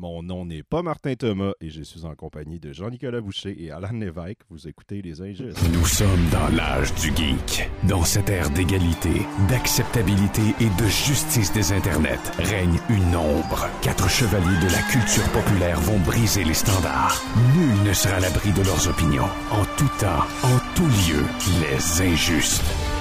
Mon nom n'est pas Martin Thomas et je suis en compagnie de Jean-Nicolas Boucher et Alan Lévesque. Vous écoutez Les Injustes. Nous sommes dans l'âge du geek. Dans cette ère d'égalité, d'acceptabilité et de justice des internets, règne une ombre. 4 chevaliers de la culture populaire vont briser les standards. Nul ne sera à l'abri de leurs opinions. En tout temps, en tout lieu, Les Injustes.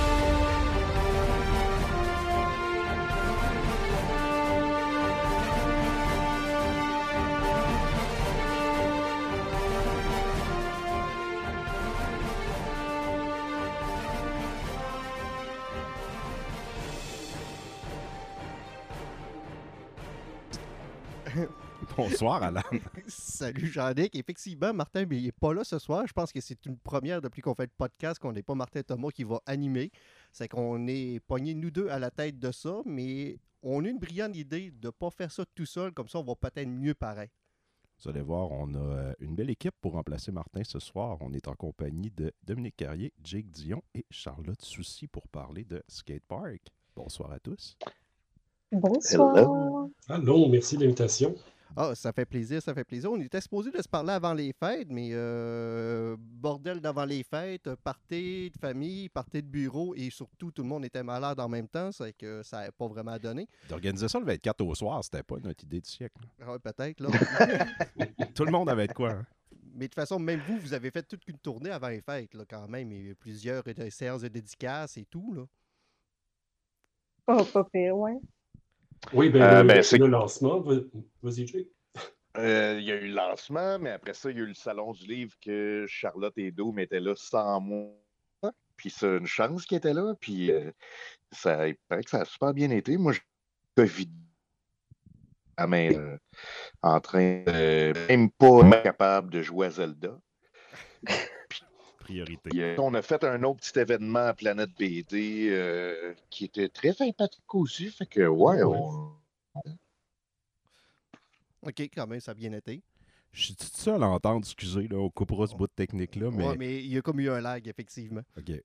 Bonsoir, Alan. Salut Jean-Nic. Effectivement, Martin, mais il n'est pas là ce soir. Je pense que c'est une première depuis qu'on fait le podcast qu'on n'est pas Martin Thomas qui va animer. C'est qu'on est pognés nous deux à la tête de ça, mais on a une brillante idée de ne pas faire ça tout seul. Comme ça, on va peut-être mieux pareil. Vous allez voir, on a une belle équipe pour remplacer Martin ce soir. On est en compagnie de Dominique Carrier, Jake Dion et Charlotte Soucy pour parler de Skatepark. Bonsoir à tous. Bonsoir. Hello. Allô, merci de l'invitation. Ah, ça fait plaisir, ça fait plaisir. On était supposé de se parler avant les fêtes, mais bordel d'avant les fêtes, party de famille, party de bureau, et surtout, tout le monde était malade en même temps, c'est que ça n'avait pas vraiment donné. D'organiser ça le 24 au soir, c'était pas notre idée du siècle. Ah, peut-être, là. Tout le monde avait de quoi, hein? Mais de toute façon, même vous avez fait toute une tournée avant les fêtes, là, quand même, et plusieurs séances de dédicaces et tout, là. Oh, pas pire, ouais. Oui, c'est le lancement. Vas-y, Jake. Il y a eu le lancement, mais après ça, il y a eu le salon du livre que Charlotte et Dôme étaient là sans moi. Puis c'est une chance qu'ils étaient là. Puis ça, il paraît que ça a super bien été. Moi, je suis en train de même pas capable de jouer à Zelda. Priorité. On a fait un autre petit événement à Planète BD qui était très sympathique aussi. Fait que, ouais. OK, quand même, ça a bien été. Je suis tout seul à entendre, excusez, là, on coupera ce bout de technique-là, mais... Ouais, mais il y a comme eu un lag, effectivement.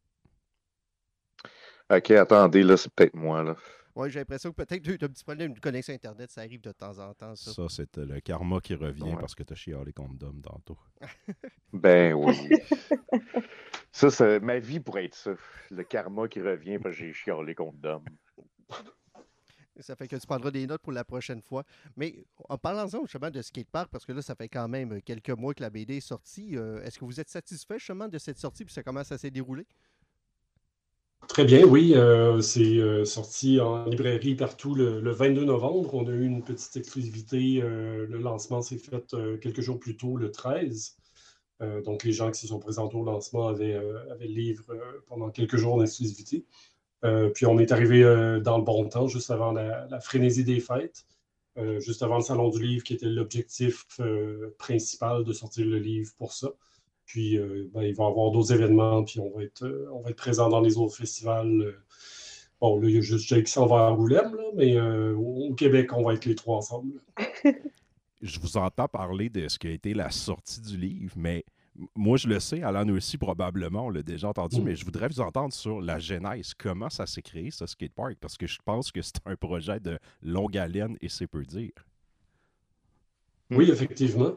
OK, attendez, là, c'est peut-être moi, là. Ouais, j'ai l'impression que peut-être tu as un petit problème de connexion Internet, ça arrive de temps en temps, ça. Ça, c'est le karma qui revient parce que tu as chialé contre Dom tantôt. Ben oui. Ça, c'est ma vie pourrait être ça. Le karma qui revient parce que j'ai chialé contre Dom. Ça fait que tu prendras des notes pour la prochaine fois. Mais en parlant justement de Skatepark, parce que là, ça fait quand même quelques mois que la BD est sortie, est-ce que vous êtes satisfait justement de cette sortie puis comment ça s'est déroulé? Très bien, oui. C'est sorti en librairie partout le 22 novembre. On a eu une petite exclusivité. Le lancement s'est fait quelques jours plus tôt, le 13. Donc, les gens qui se sont présentés au lancement avaient le livre pendant quelques jours d'exclusivité. Puis on est arrivé dans le bon temps, juste avant la frénésie des fêtes, juste avant le Salon du livre, qui était l'objectif principal de sortir le livre pour ça. Puis il va y avoir d'autres événements, puis on va être présent dans les autres festivals. Bon, là, il y a juste Jake qui s'en va à Angoulême, là, mais au Québec, on va être les 3 ensemble. Je vous entends parler de ce qui a été la sortie du livre, mais moi, je le sais, Alan aussi, probablement, on l'a déjà entendu, mais je voudrais vous entendre sur la genèse. Comment ça s'est créé, ce skatepark? Parce que je pense que c'est un projet de longue haleine et c'est peu dire. Oui, effectivement.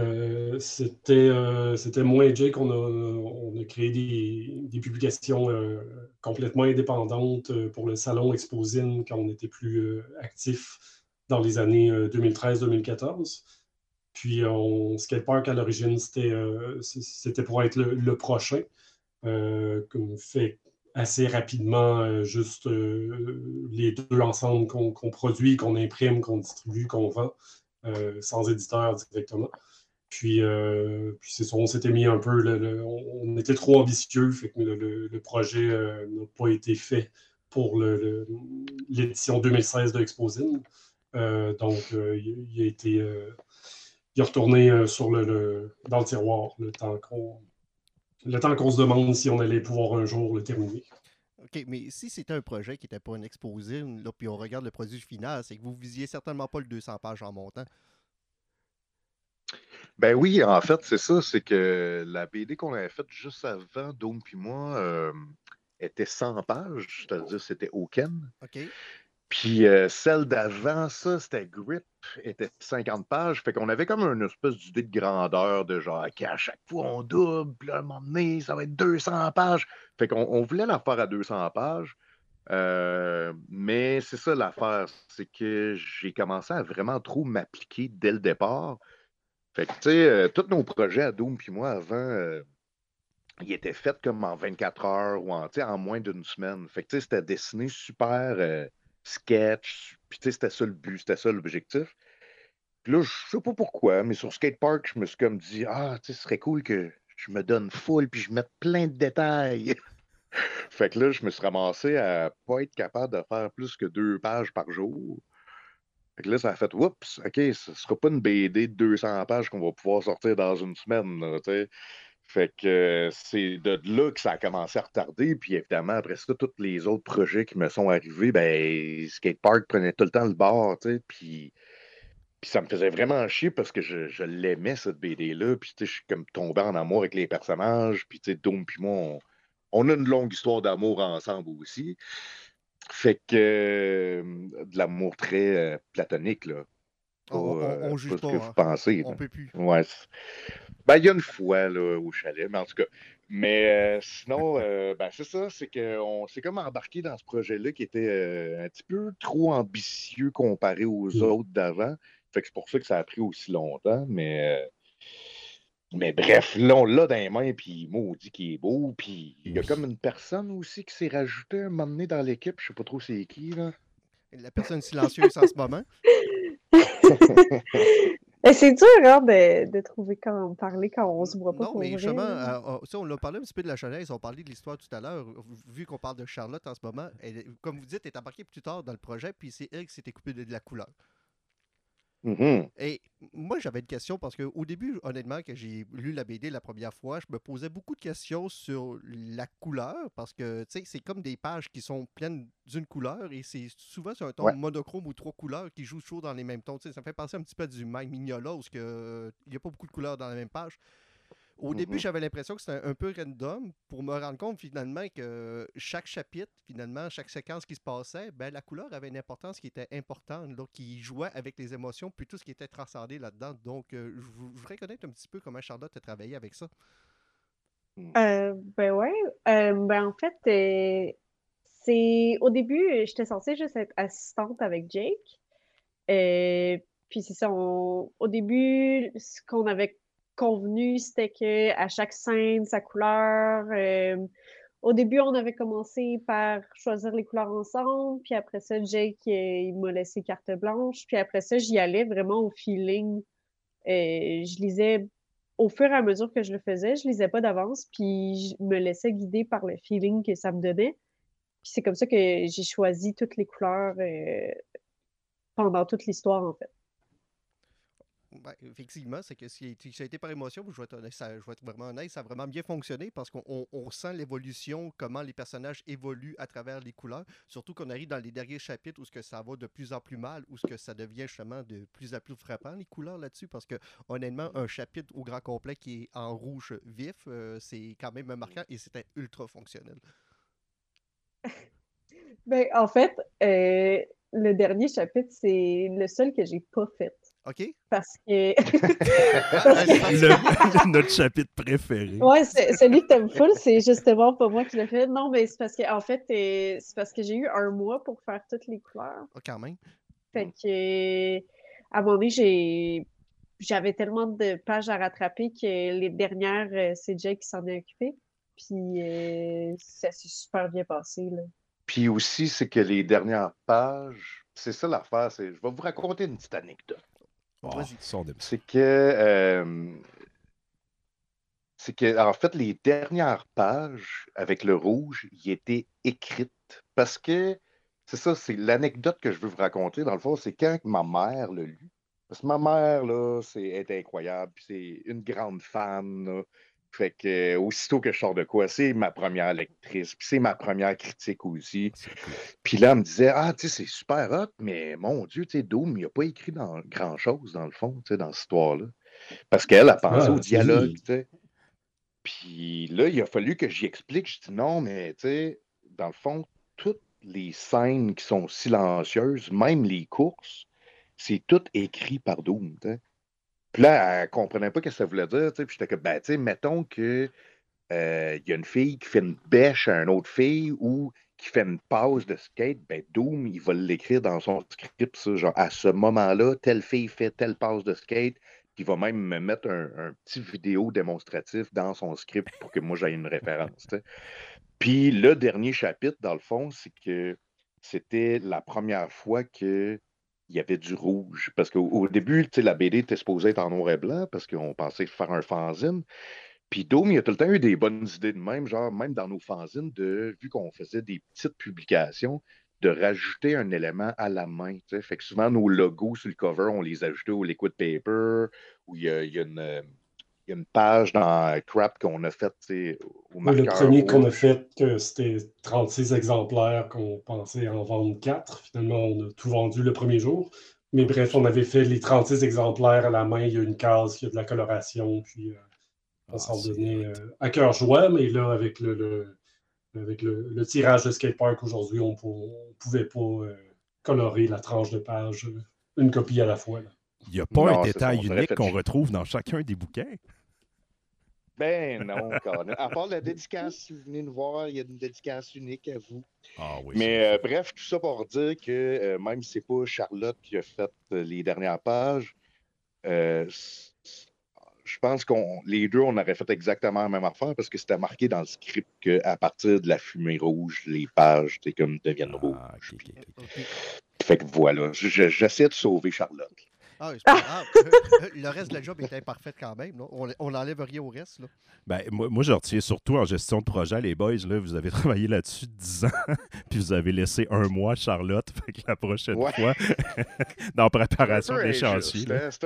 C'était moi et Jake, on a créé des publications complètement indépendantes pour le salon Exposine quand on était plus actif dans les années 2013-2014. Puis, Skatepark, à l'origine, c'était pour être le prochain. Qu'on fait assez rapidement juste les deux ensemble qu'on produit, qu'on imprime, qu'on distribue, qu'on vend, sans éditeur directement. Puis c'est ça, on s'était mis un peu... on était trop ambitieux, fait que le projet n'a pas été fait pour l'édition 2016 de Exposine. Donc, il a été... il est retourné dans le tiroir le temps qu'on se demande si on allait pouvoir un jour le terminer. OK, mais si c'était un projet qui n'était pas un exposé, là, puis on regarde le produit final, c'est que vous visiez certainement pas le 200 pages en montant. Ben oui, en fait, c'est ça. C'est que la BD qu'on avait faite juste avant, Dôme puis moi, était 100 pages, c'est-à-dire c'était Oken. OK. Puis celle d'avant, ça, c'était Grip, était 50 pages. Fait qu'on avait comme une espèce d'idée de grandeur de genre, OK, à chaque fois on double, puis là, à un moment donné, ça va être 200 pages. Fait qu'on voulait la faire à 200 pages. Mais c'est ça l'affaire, c'est que j'ai commencé à vraiment trop m'appliquer dès le départ. Fait que, tu sais, tous nos projets à Doom puis moi avant, ils étaient faits comme en 24 heures ou tu sais, en moins d'une semaine. Fait que, tu sais, c'était dessiné super sketch. Puis, tu sais, c'était ça le but, c'était ça l'objectif. Puis là, je sais pas pourquoi, mais sur Skatepark, je me suis comme dit, ah, tu sais, ce serait cool que je me donne full puis je mette plein de détails. Fait que là, je me suis ramassé à pas être capable de faire plus que 2 pages par jour. Fait que là, ça a fait, oups, OK, ce sera pas une BD de 200 pages qu'on va pouvoir sortir dans une semaine, là, tu sais. Fait que c'est de là que ça a commencé à retarder. Puis évidemment, après ça, tous les autres projets qui me sont arrivés, ben, Skatepark prenait tout le temps le bord, tu sais. Puis ça me faisait vraiment chier parce que je l'aimais, cette BD-là. Puis tu sais, je suis comme tombé en amour avec les personnages. Puis tu sais, Dome puis moi, on a une longue histoire d'amour ensemble aussi. Fait que de l'amour très platonique, là. On Pas juge ce que pas, vous hein. pensez, On là. peut plus. Ouais. Ben, il y a une fois là, au chalet, mais en tout cas. Mais sinon, ben, c'est ça, c'est qu'on s'est comme embarqué dans ce projet-là qui était un petit peu trop ambitieux comparé aux autres d'avant. Fait que c'est pour ça que ça a pris aussi longtemps. Mais bref, là, on l'a dans les mains, puis maudit qu'il est beau. Puis il y a comme une personne aussi qui s'est rajoutée un moment donné dans l'équipe. Je sais pas trop c'est qui, là. La personne silencieuse en ce moment. Et c'est dur hein, de trouver quand parler quand on se voit pas Non, pour mais vrai. justement, Là. ça, on a parlé un petit peu de la genèse, on parlait de l'histoire tout à l'heure. Vu qu'on parle de Charlotte en ce moment, comme vous dites, elle est embarquée plus tard dans le projet, puis c'est elle qui s'était coupée de la couleur. Mhm. Et moi, j'avais une question parce qu'au début, honnêtement, quand j'ai lu la BD la première fois, je me posais beaucoup de questions sur la couleur parce que, tu sais, c'est comme des pages qui sont pleines d'une couleur et c'est souvent sur un ton Ouais. monochrome ou 3 couleurs qui jouent toujours dans les mêmes tons. Tu sais, ça me fait penser un petit peu à du Mike Mignola où il n'y a pas beaucoup de couleurs dans la même page. Au début, j'avais l'impression que c'était un peu random pour me rendre compte finalement que chaque chapitre, finalement, chaque séquence qui se passait, ben, la couleur avait une importance qui était importante, là, qui jouait avec les émotions, puis tout ce qui était transcendé là-dedans. Donc, je voudrais connaître un petit peu comment Charlotte a travaillé avec ça. Ben ouais. Ben en fait, c'est au début, j'étais censée juste être assistante avec Jake. Puis c'est ça, au début, ce qu'on avait convenu, c'était que à chaque scène, sa couleur. Au début, on avait commencé par choisir les couleurs ensemble, puis après ça, Jake, il m'a laissé carte blanche, puis après ça, j'y allais vraiment au feeling. Je lisais au fur et à mesure que je le faisais, je lisais pas d'avance, puis je me laissais guider par le feeling que ça me donnait. Puis c'est comme ça que j'ai choisi toutes les couleurs pendant toute l'histoire, en fait. Ben, effectivement, c'est que si ça a été par émotion, je vais être honnête, je vais être vraiment honnête, ça a vraiment bien fonctionné parce qu'on sent l'évolution, comment les personnages évoluent à travers les couleurs. Surtout qu'on arrive dans les derniers chapitres où ce que ça va de plus en plus mal, où ce que ça devient justement de plus en plus frappant, les couleurs là-dessus. Parce que honnêtement, un chapitre au grand complet qui est en rouge vif, c'est quand même marquant et c'était ultra fonctionnel. Ben, en fait, le dernier chapitre, c'est le seul que j'ai pas fait. OK? Parce que. Notre chapitre préféré. Ouais, celui que t'aimes full, c'est justement pas moi qui l'ai fait. Non, mais c'est parce que, en fait, c'est parce que j'ai eu un mois pour faire toutes les couleurs. Ah, quand même. Fait que, à un moment donné, j'avais tellement de pages à rattraper que les dernières, c'est Jake qui s'en est occupé. Puis, ça s'est super bien passé, là. Puis aussi, c'est que les dernières pages, c'est ça l'affaire, je vais vous raconter une petite anecdote. Vas-y. C'est que, en fait, les dernières pages avec le rouge, y étaient écrites. Parce que, c'est ça, c'est l'anecdote que je veux vous raconter, dans le fond, c'est quand ma mère l'a lu. Parce que ma mère, là, est incroyable, puis c'est une grande fan, là. Fait que, aussitôt que je sors de quoi, c'est ma première lectrice, puis c'est ma première critique aussi. Puis là, elle me disait, ah, tu sais, c'est super hot, mais mon Dieu, tu sais, Doom, il n'a pas écrit grand-chose, dans le fond, tu sais, dans cette histoire-là. Parce qu'elle a pensé au dialogue, tu sais. Puis là, il a fallu que j'y explique. Je dis non, mais tu sais, dans le fond, tout les scènes qui sont silencieuses, même les courses, c'est tout écrit par Doom. T'sais. Puis là, elle comprenait pas ce que ça voulait dire. Puis j'étais comme, ben, tu sais, mettons que il y a une fille qui fait une bêche à une autre fille ou qui fait une pause de skate, ben Doom, il va l'écrire dans son script, ça, genre à ce moment-là, telle fille fait telle pause de skate, puis il va même me mettre un petit vidéo démonstratif dans son script pour que moi j'aie une référence. T'sais. Puis le dernier chapitre, dans le fond, c'est que c'était la première fois qu'il y avait du rouge. Parce qu'au début, la BD était supposée être en noir et blanc parce qu'on pensait faire un fanzine. Puis Dome, il a tout le temps eu des bonnes idées de même, genre même dans nos fanzines, vu qu'on faisait des petites publications, de rajouter un élément à la main. T'sais. Fait que souvent, nos logos sur le cover, on les ajoutait au liquid paper, où il y a une page dans Crap qu'on a faite au Oui, marqueur le premier qu'on a rouge. fait, c'était 36 exemplaires qu'on pensait en vendre 4. Finalement, on a tout vendu le premier jour. Mais bref, on avait fait les 36 exemplaires à la main. Il y a une case, il y a de la coloration, puis on s'en donnait à cœur joie. Mais là, avec le tirage de Skatepark aujourd'hui, on ne pouvait pas colorer la tranche de page, une copie à la fois. Là. Il n'y a pas un Non, c'est ça, détail on aurait unique fait. qu'on retrouve dans chacun des bouquins. Ben non, Colin. À part la dédicace, si vous venez nous voir, il y a une dédicace unique à vous. Ah oui, Mais bref, tout ça pour dire que même si c'est pas Charlotte qui a fait les dernières pages, je pense qu'on les deux, on aurait fait exactement la même affaire parce que c'était marqué dans le script qu'à partir de la fumée rouge, les pages comme deviennent rouges. Ok. Fait que voilà, j'essaie de sauver Charlotte. Ah, c'est pas grave. Le reste de la job est imparfait quand même. Là. On n'enlève rien au reste. Là. Ben, moi, je retiens surtout en gestion de projet, les boys, là, vous avez travaillé là-dessus 10 ans, puis vous avez laissé un mois Charlotte, fait que la prochaine fois, dans préparation de l'échéancier.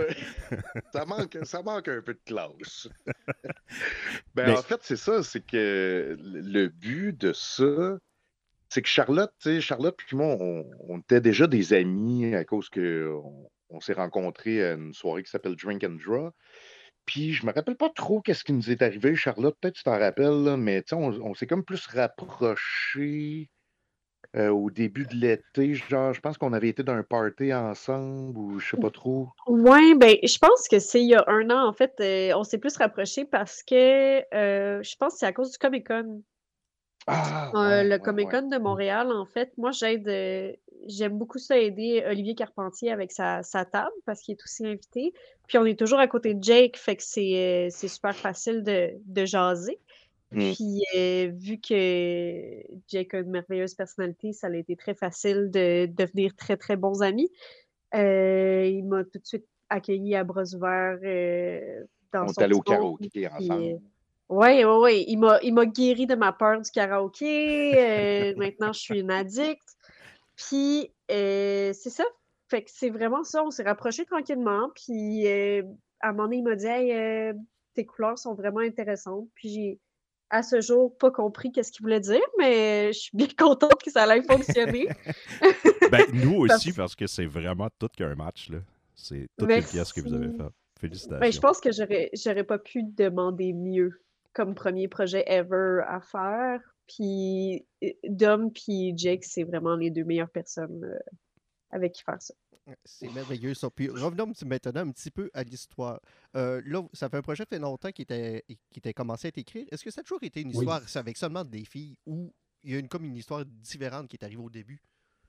Ça manque un peu de classe. En fait, c'est ça, c'est que le but de ça, c'est que Charlotte puis moi, on était déjà des amis à cause qu'on s'est rencontrés à une soirée qui s'appelle Drink and Draw. Puis je me rappelle pas trop qu'est-ce qui nous est arrivé, Charlotte, peut-être tu t'en rappelles, là, mais on s'est comme plus rapprochés au début de l'été. Genre, je pense qu'on avait été dans un party ensemble ou je sais pas trop. Oui, ben, je pense que c'est il y a un an, en fait, on s'est plus rapprochés parce que je pense que c'est à cause du Comic-Con. Le Comic-Con de Montréal, en fait, moi, j'aime beaucoup ça aider Olivier Carpentier avec sa table parce qu'il est aussi invité. Puis on est toujours à côté de Jake, fait que c'est super facile de jaser. Puis vu que Jake a une merveilleuse personnalité, ça a été très facile de devenir très, très bons amis. Il m'a tout de suite accueilli à bras ouverts dans On son est allé au petit monde. karaoké ensemble. Oui. Il m'a guéri de ma peur du karaoké. Maintenant, je suis une addict. Puis, c'est ça. Fait que c'est vraiment ça. On s'est rapprochés tranquillement. Puis, à un moment donné, il m'a dit « Hey, tes couleurs sont vraiment intéressantes. » Puis, j'ai, à ce jour, pas compris qu'est-ce qu'il voulait dire, mais je suis bien contente que ça allait fonctionner. Nous aussi, parce que c'est vraiment tout qu'un match. Là. C'est toutes les pièces que vous avez faites. Félicitations. Ben, je pense que j'aurais pas pu demander mieux comme premier projet ever à faire. Puis Dom puis Jake, c'est vraiment les deux meilleures personnes avec qui faire ça. C'est merveilleux ça. Puis revenons maintenant un petit peu à l'histoire. Là, ça fait un projet qui fait longtemps qui était commencé à être écrit. Est-ce que ça a toujours été une histoire avec seulement des filles ou il y a comme une histoire différente qui est arrivée au début?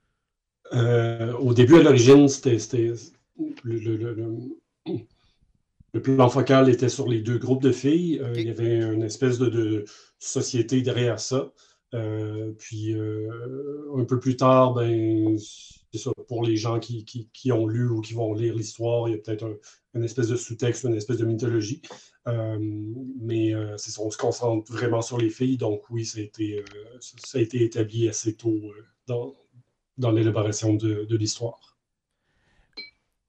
Au début, à l'origine, c'était le plan focal était sur les deux groupes de filles. Il y avait une espèce de société derrière ça. Puis un peu plus tard, ben, c'est ça, pour les gens qui ont lu ou qui vont lire l'histoire, il y a peut-être une espèce de sous-texte, une espèce de mythologie. Mais c'est ça, on se concentre vraiment sur les filles. Donc oui, ça a été établi assez tôt dans l'élaboration de l'histoire.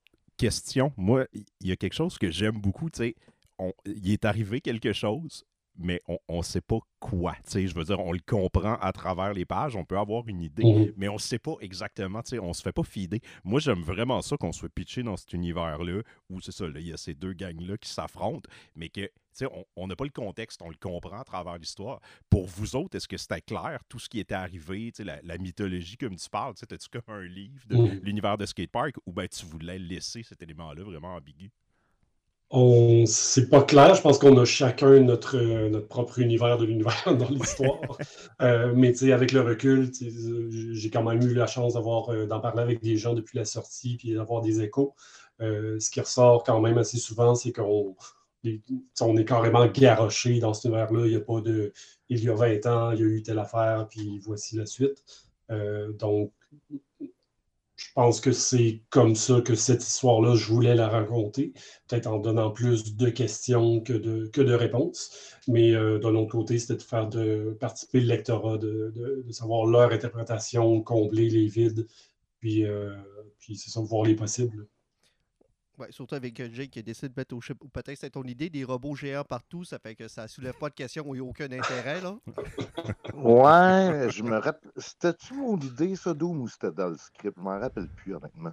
Question, moi, il y a quelque chose que j'aime beaucoup, tu sais, il est arrivé quelque chose, mais on sait pas quoi. Je veux dire, on le comprend à travers les pages, on peut avoir une idée, mais on sait pas exactement, on se fait pas feeder. Moi, j'aime vraiment ça qu'on soit pitché dans cet univers-là, où c'est ça, il y a ces deux gangs-là qui s'affrontent, mais que on n'a pas le contexte, on le comprend à travers l'histoire. Pour vous autres, est-ce que c'était clair, tout ce qui était arrivé, la mythologie comme tu parles, as-tu comme un livre de l'univers de Skatepark, ou bien tu voulais laisser cet élément-là vraiment ambigu? C'est pas clair. Je pense qu'on a chacun notre propre univers de l'univers dans l'histoire. Mais avec le recul, j'ai quand même eu la chance d'en parler avec des gens depuis la sortie puis d'avoir des échos. Ce qui ressort quand même assez souvent, c'est qu'on est carrément garroché dans cet univers-là. Il n'y a pas de « il y a 20 ans, il y a eu telle affaire, puis voici la suite ». Donc, je pense que c'est comme ça que cette histoire-là, je voulais la raconter, peut-être en donnant plus de questions que de réponses. Mais d'un autre côté, c'était de participer le lectorat, de savoir leur interprétation, combler les vides, puis c'est ça, voir les possibles. Ouais, surtout avec Jake qui a décidé de mettre au chip, ou peut-être c'est ton idée, des robots géants partout, ça fait que ça soulève pas de questions où il n'y a aucun intérêt, là. Ouais, je me rappelle. C'était-tu mon idée, ça, Doom, ou c'était dans le script? Je m'en rappelle plus, honnêtement.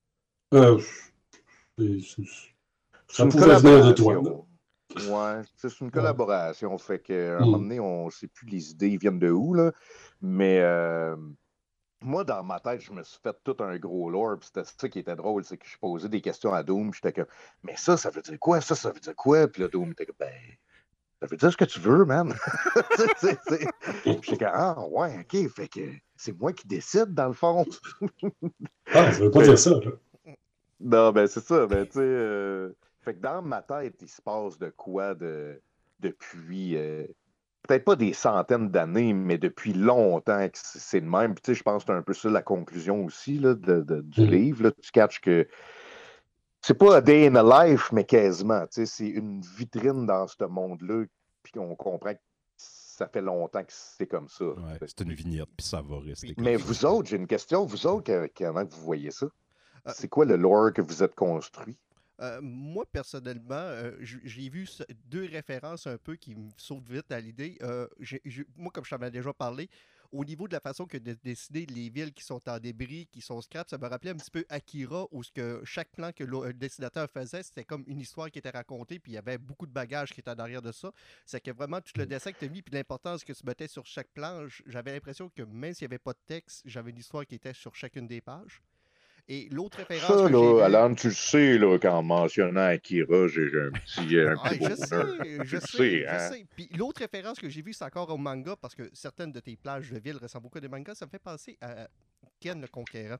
Ça pouvait venir de toi. Ouais, c'est une collaboration. Fait qu'à un moment donné, on ne sait plus les idées viennent de où, là. Mais moi, dans ma tête, je me suis fait tout un gros lore. Puis c'était ça qui était drôle, c'est que je posais des questions à Doom. Puis j'étais comme, mais ça veut dire quoi? Ça veut dire quoi? Puis là, Doom était comme, ben, ça veut dire ce que tu veux, man. J'étais comme, ah, ouais, OK. Fait que c'est moi qui décide, dans le fond. Ça veut pas dire ça, là. Non, ben c'est ça. Ben, tu sais, fait que dans ma tête, il se passe de quoi depuis, peut-être pas des centaines d'années, mais depuis longtemps que c'est le même. Puis, tu sais, je pense que c'est un peu ça la conclusion aussi là, du livre. Là. Tu catches que c'est pas a day in a life, mais quasiment. Tu sais, c'est une vitrine dans ce monde-là. Puis on comprend que ça fait longtemps que c'est comme ça. Ouais, c'est une vignette, puis ça va rester. Mais vous autres, j'ai une question. Vous autres, comment vous voyez ça? C'est quoi le lore que vous êtes construit? Moi, personnellement, j'ai vu deux références un peu qui me sautent vite à l'idée. Moi, comme je t'en avais déjà parlé, au niveau de la façon que de décider les villes qui sont en débris, qui sont scrap, ça me rappelait un petit peu Akira, où chaque plan que le dessinateur faisait, c'était comme une histoire qui était racontée, puis il y avait beaucoup de bagages qui étaient en arrière de ça. C'est que vraiment, tout le dessin que tu as mis, puis l'importance que tu mettais sur chaque planche, j'avais l'impression que même s'il n'y avait pas de texte, j'avais une histoire qui était sur chacune des pages. Et l'autre référence ça, que là, j'ai vue... Alan, tu le sais, là, qu'en mentionnant Akira, j'ai un petit je sais. Puis l'autre référence que j'ai vue, c'est encore au manga, parce que certaines de tes plages de ville ressemblent beaucoup à des mangas. Ça me fait penser à Ken le Conquérant.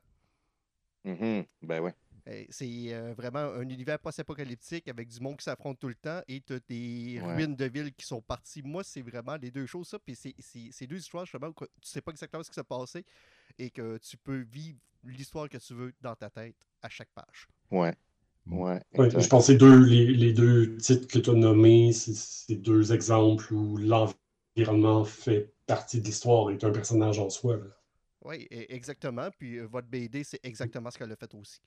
Ben oui. C'est vraiment un univers post-apocalyptique avec du monde qui s'affronte tout le temps et tu as des ruines de villes qui sont parties. Moi, c'est vraiment les deux choses, ça. Puis c'est deux histoires, justement, où tu sais pas exactement ce qui s'est passé et que tu peux vivre l'histoire que tu veux dans ta tête à chaque page. Ouais, je pense que les deux titres que tu as nommés, c'est deux exemples où l'environnement fait partie de l'histoire et est un personnage en soi. Là. Oui, exactement. Puis votre BD, c'est exactement ce qu'elle a fait aussi.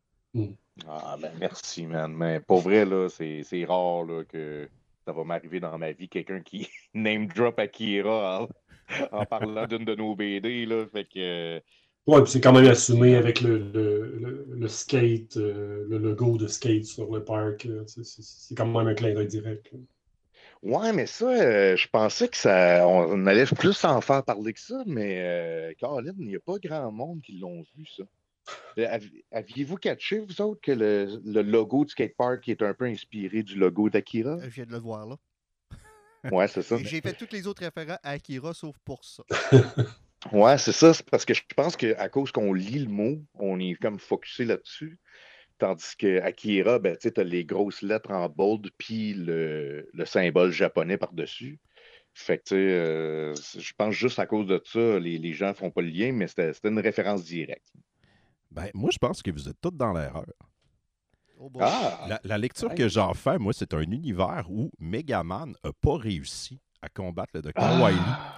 Ah, ben merci, man. Mais pour vrai, là, c'est rare là, que ça va m'arriver dans ma vie, quelqu'un qui name drop Akira en parlant d'une de nos BD. Là, fait que. Ouais, puis c'est quand même assumé avec le skate, le logo de skate sur le parc. C'est quand même un clin d'œil direct. Là. Ouais, mais ça, je pensais que on allait plus en faire parler que ça, mais Colin, il n'y a pas grand monde qui l'ont vu, ça. Aviez-vous catché, vous autres, que le logo du skatepark est un peu inspiré du logo d'Akira? Je viens de le voir, là. Ouais, c'est ça. J'ai fait tous les autres référents à Akira, sauf pour ça. Ouais, c'est ça. C'est parce que je pense qu'à cause qu'on lit le mot, on est comme focusé là-dessus. Tandis que Akira, ben, tu sais, t'as les grosses lettres en bold, puis le symbole japonais par-dessus. Fait que, tu sais, je pense juste à cause de ça, les gens font pas le lien, mais c'était une référence directe. Ben, moi, je pense que vous êtes tous dans l'erreur. Oh boy. La lecture que j'en fais, moi, c'est un univers où Megaman n'a pas réussi à combattre le Dr. Wily.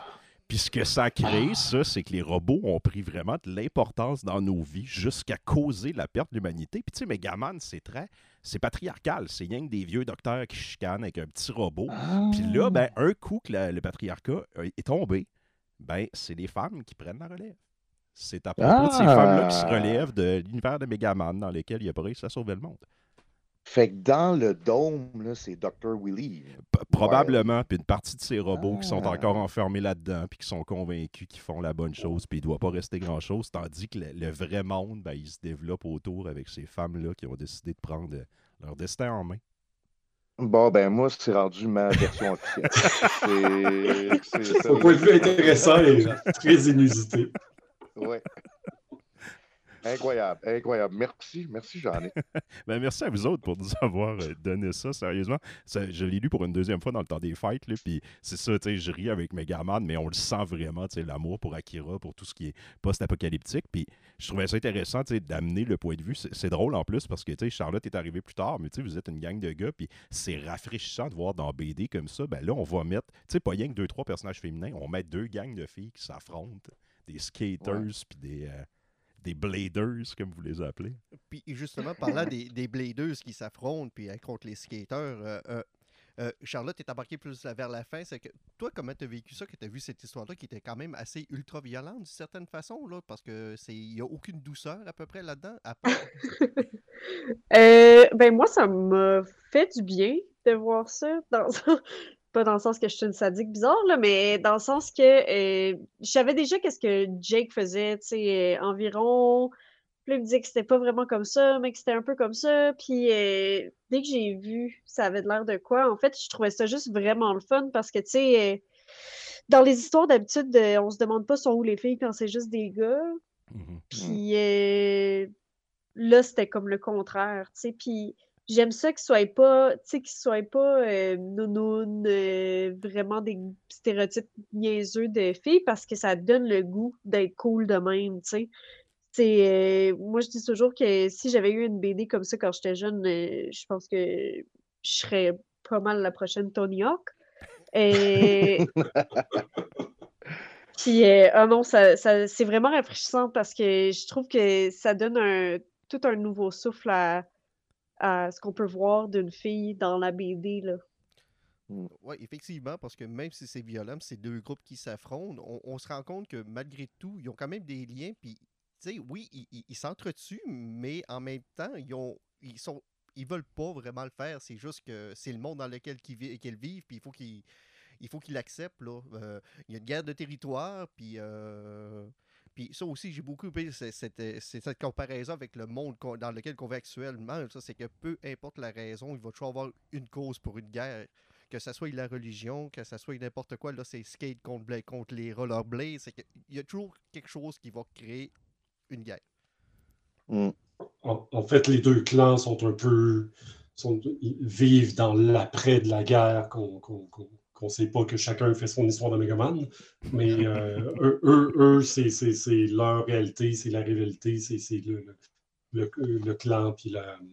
Puis ce que ça a créé, ça, c'est que les robots ont pris vraiment de l'importance dans nos vies jusqu'à causer la perte de l'humanité. Puis tu sais, Megaman, c'est patriarcal. C'est rien que des vieux docteurs qui chicanent avec un petit robot. Puis là, ben, un coup que le patriarcat est tombé, ben, c'est les femmes qui prennent la relève. C'est à propos de ces femmes-là qui se relèvent de l'univers de Megaman dans lequel il a pas réussi à sauver le monde. Fait que dans le dôme, là, c'est Dr. Willy. Probablement, puis une partie de ces robots qui sont encore enfermés là-dedans, puis qui sont convaincus qu'ils font la bonne chose, puis il ne doit pas rester grand-chose, tandis que le vrai monde, ben, il se développe autour avec ces femmes-là qui ont décidé de prendre leur destin en main. Bon, ben moi, c'est rendu ma version officielle. C'est un point de vue intéressant et très inusité. Ouais. Incroyable, incroyable. Merci, Jean-Nic. Ben, merci à vous autres pour nous avoir donné ça, sérieusement. Je l'ai lu pour une deuxième fois dans le temps des fêtes, puis c'est ça, tu sais, je ris avec Megaman, mais on le sent vraiment, tu sais, l'amour pour Akira, pour tout ce qui est post-apocalyptique, puis je trouvais ça intéressant, tu sais, d'amener le point de vue. C'est drôle en plus, parce que, tu sais, Charlotte est arrivée plus tard, mais tu sais, vous êtes une gang de gars, puis c'est rafraîchissant de voir dans BD comme ça, ben là, on va mettre, tu sais, pas rien que 2-3 personnages féminins, on met 2 gangs de filles qui s'affrontent, des skaters, puis des bladers, comme vous les appelez. Puis justement, parlant des bladers qui s'affrontent puis contre les skaters, Charlotte est embarquée plus vers la fin. C'est que toi, comment tu as vécu ça, que tu as vu cette histoire-là qui était quand même assez ultra-violente d'une certaine façon, là, parce que il n'y a aucune douceur à peu près là-dedans, à part... Ben moi, ça m'a fait du bien de voir ça. Pas dans le sens que je suis une sadique bizarre, là, mais dans le sens que je savais déjà qu'est-ce que Jake faisait, tu sais, environ. Puis là, il me disait que c'était pas vraiment comme ça, mais que c'était un peu comme ça. Puis dès que j'ai vu, ça avait de l'air de quoi. En fait, je trouvais ça juste vraiment le fun parce que, tu sais, dans les histoires d'habitude, on se demande pas sont où les filles quand c'est juste des gars. Puis là, c'était comme le contraire, tu sais. Puis j'aime ça qu'ils soient pas, tu sais, qu'ils soient pas nounounes, vraiment des stéréotypes niaiseux de filles parce que ça donne le goût d'être cool de même, tu sais. Moi, je dis toujours que si j'avais eu une BD comme ça quand j'étais jeune, je pense que je serais pas mal la prochaine Tony Hawk. Puis, ah non, c'est vraiment rafraîchissant parce que je trouve que ça donne tout un nouveau souffle à ce qu'on peut voir d'une fille dans la BD, là. Oui, effectivement, parce que même si c'est violent, c'est 2 groupes qui s'affrontent, on se rend compte que malgré tout, ils ont quand même des liens, puis, tu sais, oui, ils s'entretuent, mais en même temps, ils veulent pas vraiment le faire, c'est juste que c'est le monde dans lequel qu'ils vivent, puis il faut qu'ils l'acceptent, là. Il y a une guerre de territoire, puis ça aussi, j'ai beaucoup aimé cette comparaison avec le monde dans lequel on vit actuellement. Ça, c'est que peu importe la raison, il va toujours avoir une cause pour une guerre. Que ce soit la religion, que ce soit n'importe quoi, là, c'est skate contre les rollerblades. C'est qu'il y a toujours quelque chose qui va créer une guerre. En fait, les 2 clans sont un peu... ils vivent dans l'après de la guerre, qu'on ne sait pas que chacun fait son histoire de Megaman, mais eux c'est leur réalité, c'est la rivalité, c'est le clan, puis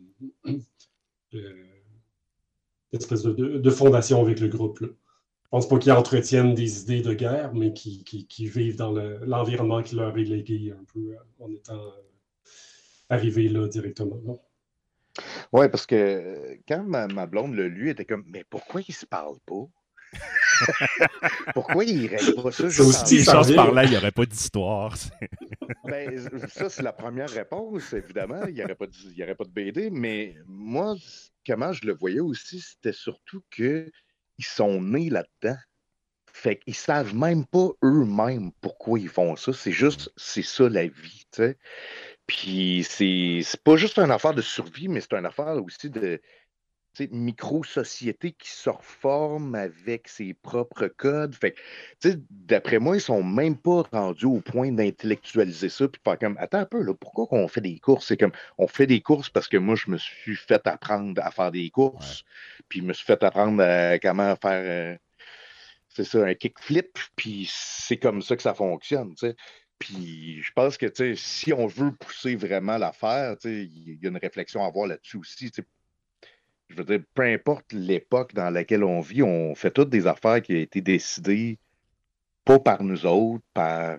l'espèce de fondation avec le groupe, là. Je pense pas qu'ils entretiennent des idées de guerre, mais qui vivent dans l'environnement qui leur est légué un peu en étant arrivés là directement. Oui, parce que quand ma blonde l'a lu, elle était comme, mais pourquoi ils se parlent pas? Pourquoi ils règlent pas ça? Si ça se parlait, il n'y aurait pas d'histoire. Ben, ça, c'est la première réponse, évidemment. Il n'y aurait pas de BD, mais moi, comment je le voyais aussi, c'était surtout qu'ils sont nés là-dedans. Fait qu'ils savent même pas eux-mêmes pourquoi ils font ça. C'est juste, c'est ça la vie, tu sais. Puis c'est pas juste une affaire de survie, mais c'est une affaire aussi de micro-société qui se reforme avec ses propres codes. Fait que, d'après moi, ils sont même pas rendus au point d'intellectualiser ça puis de faire comme, attends un peu, là, pourquoi qu'on fait des courses? C'est comme, on fait des courses parce que moi, je me suis fait apprendre à faire des courses, puis je me suis fait apprendre comment faire, c'est ça, un kickflip, puis c'est comme ça que ça fonctionne, tu sais. Puis je pense que, si on veut pousser vraiment l'affaire, il y a une réflexion à avoir là-dessus aussi, je veux dire, peu importe l'époque dans laquelle on vit, on fait toutes des affaires qui ont été décidées pas par nous autres, par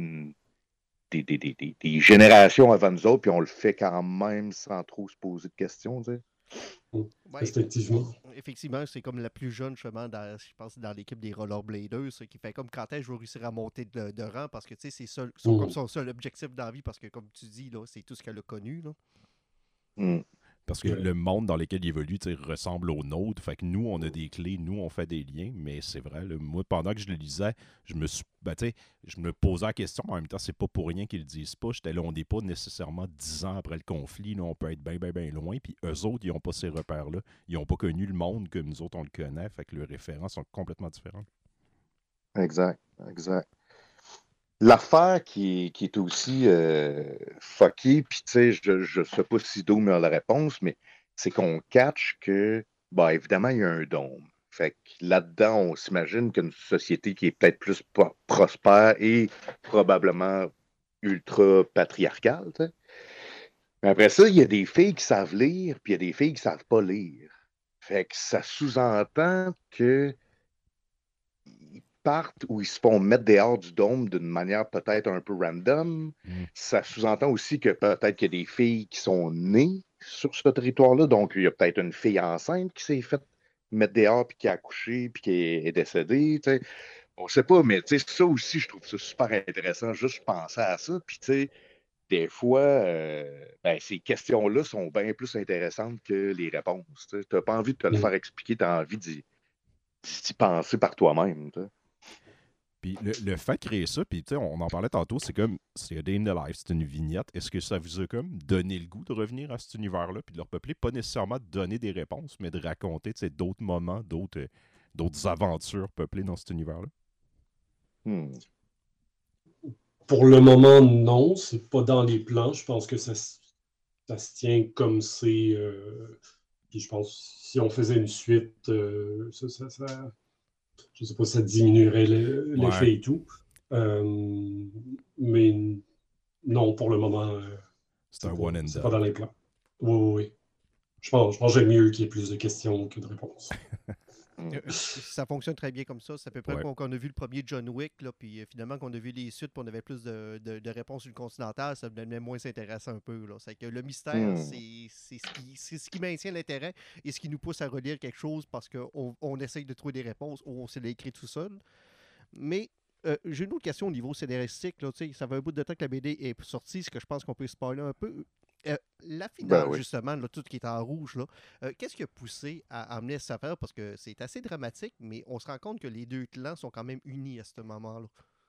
des générations avant nous autres, puis on le fait quand même sans trop se poser de questions, tu sais. Ouais, Effectivement. effectivement, c'est comme la plus jeune, justement, je pense, dans l'équipe des Rollerbladers, qui fait comme quand est-ce que je vais réussir à monter de rang, parce que, tu sais, c'est comme son seul objectif dans la vie, parce que, comme tu dis, là, c'est tout ce qu'elle a connu, là. Parce que le monde dans lequel il évolue ressemble au nôtre. Fait que nous, on a des clés, nous, on fait des liens. Mais c'est vrai, là, moi, pendant que je le lisais, je me posais la question. En même temps, c'est pas pour rien qu'ils le disent pas. J'étais là, on n'est pas nécessairement 10 ans après le conflit. Là, on peut être bien, bien, bien loin. Puis eux autres, ils n'ont pas ces repères-là. Ils n'ont pas connu le monde comme nous autres, on le connaît. Fait que leurs références sont complètement différentes. Exact. L'affaire qui est aussi fuckée, puis tu sais, je sais pas si Doom a la réponse, mais c'est qu'on catch que, évidemment, il y a un dôme. Fait que là-dedans, on s'imagine qu'une société qui est peut-être plus prospère et probablement ultra patriarcale, tu sais. Mais après ça, il y a des filles qui savent lire, puis il y a des filles qui savent pas lire. Fait que ça sous-entend que partent ou ils se font mettre dehors du dôme d'une manière peut-être un peu random. Ça sous-entend aussi que peut-être qu'il y a des filles qui sont nées sur ce territoire-là. Donc, il y a peut-être une fille enceinte qui s'est faite mettre dehors, puis qui a accouché, puis qui est décédée. T'sais. On ne sait pas, mais ça aussi, je trouve ça super intéressant. Juste penser à ça. Puis, tu sais, des fois, ces questions-là sont bien plus intéressantes que les réponses. Tu n'as pas envie de te le faire expliquer, tu as envie d'y penser par toi-même. T'sais. Puis le fait de créer ça, puis tu sais, on en parlait tantôt, c'est comme, c'est a day in the life, c'est une vignette. Est-ce que ça vous a comme donné le goût de revenir à cet univers-là, puis de leur peupler, pas nécessairement de donner des réponses, mais de raconter d'autres moments, d'autres aventures peuplées dans cet univers-là? Pour le moment, non, c'est pas dans les plans. Je pense que ça se tient comme c'est. Puis je pense si on faisait une suite, je sais pas si ça diminuerait l'effet et tout. Mais non, pour le moment, c'est un one and c'est done. pas dans les plans. Oui. Je pense que j'aime mieux qu'il y ait plus de questions que de réponses. Ça fonctionne très bien comme ça. C'est à peu près qu'on a vu le premier John Wick, là, puis finalement qu'on a vu les suites, puis on avait plus de réponses sur le continental, ça devenait moins intéressant un peu. C'est que le mystère, c'est ce qui maintient l'intérêt et ce qui nous pousse à relire quelque chose parce qu'on essaye de trouver des réponses ou on s'est écrit tout seul. Mais j'ai une autre question au niveau scénaristique. Là, ça fait un bout de temps que la BD est sortie, ce que je pense qu'on peut spoiler un peu. La finale, justement, là, tout qui est en rouge, là, qu'est-ce qui a poussé à amener cette affaire? Parce que c'est assez dramatique, mais on se rend compte que les deux clans sont quand même unis à ce moment-là.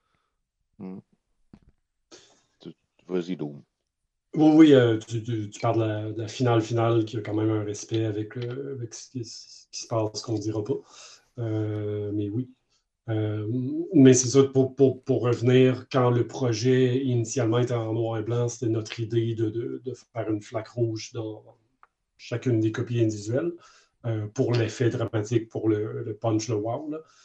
Vas-y, Doom. Oui, tu parles de la finale qui a quand même un respect avec ce qui se passe, ce qu'on ne dira pas. Mais oui. Mais c'est ça, pour revenir, quand le projet initialement était en noir et blanc, c'était notre idée de faire une flaque rouge dans chacune des copies individuelles pour l'effet dramatique, pour le punch, le wow.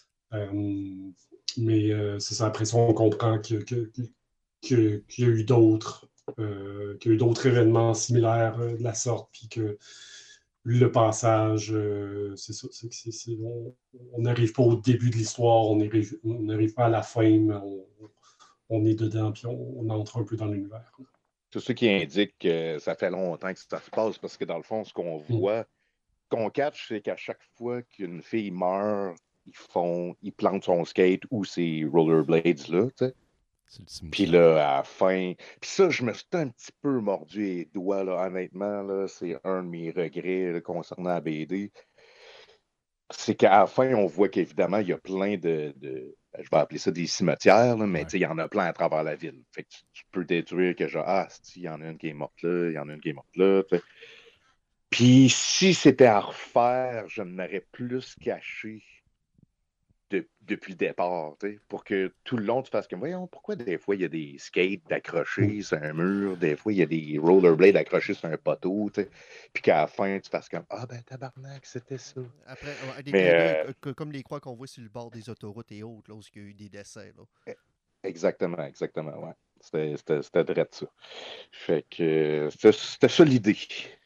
Mais c'est ça, après ça, on comprend qu'il y a eu d'autres événements similaires de la sorte, puis que le passage, c'est ça. On n'arrive pas au début de l'histoire, on n'arrive pas à la fin, mais on est dedans, puis on entre un peu dans l'univers. C'est ce qui indique que ça fait longtemps que ça se passe, parce que dans le fond, ce qu'on voit, ce qu'on catch, c'est qu'à chaque fois qu'une fille meurt, ils plantent son skate ou ses rollerblades, là, tu sais. Puis là, à la fin... Puis ça, je me suis un petit peu mordu les doigts, là, honnêtement. Là, c'est un de mes regrets là, concernant la BD. C'est qu'à la fin, on voit qu'évidemment, il y a plein de je vais appeler ça des cimetières, là, mais il y en a plein à travers la ville. Fait que tu peux détruire que genre, il y en a une qui est morte là, il y en a une qui est morte là. T'sais. Puis si c'était à refaire, je m'aurais plus caché depuis le départ, pour que tout le long, tu fasses comme, voyons, pourquoi des fois il y a des skates accrochés sur un mur, des fois il y a des rollerblades accrochés sur un poteau, puis qu'à la fin, tu fasses comme, tabarnak, c'était ça. Après, des comme les croix qu'on voit sur le bord des autoroutes et autres, là, où il y a eu des décès. Là. Exactement, ouais. C'était direct ça. Fait que c'était ça l'idée.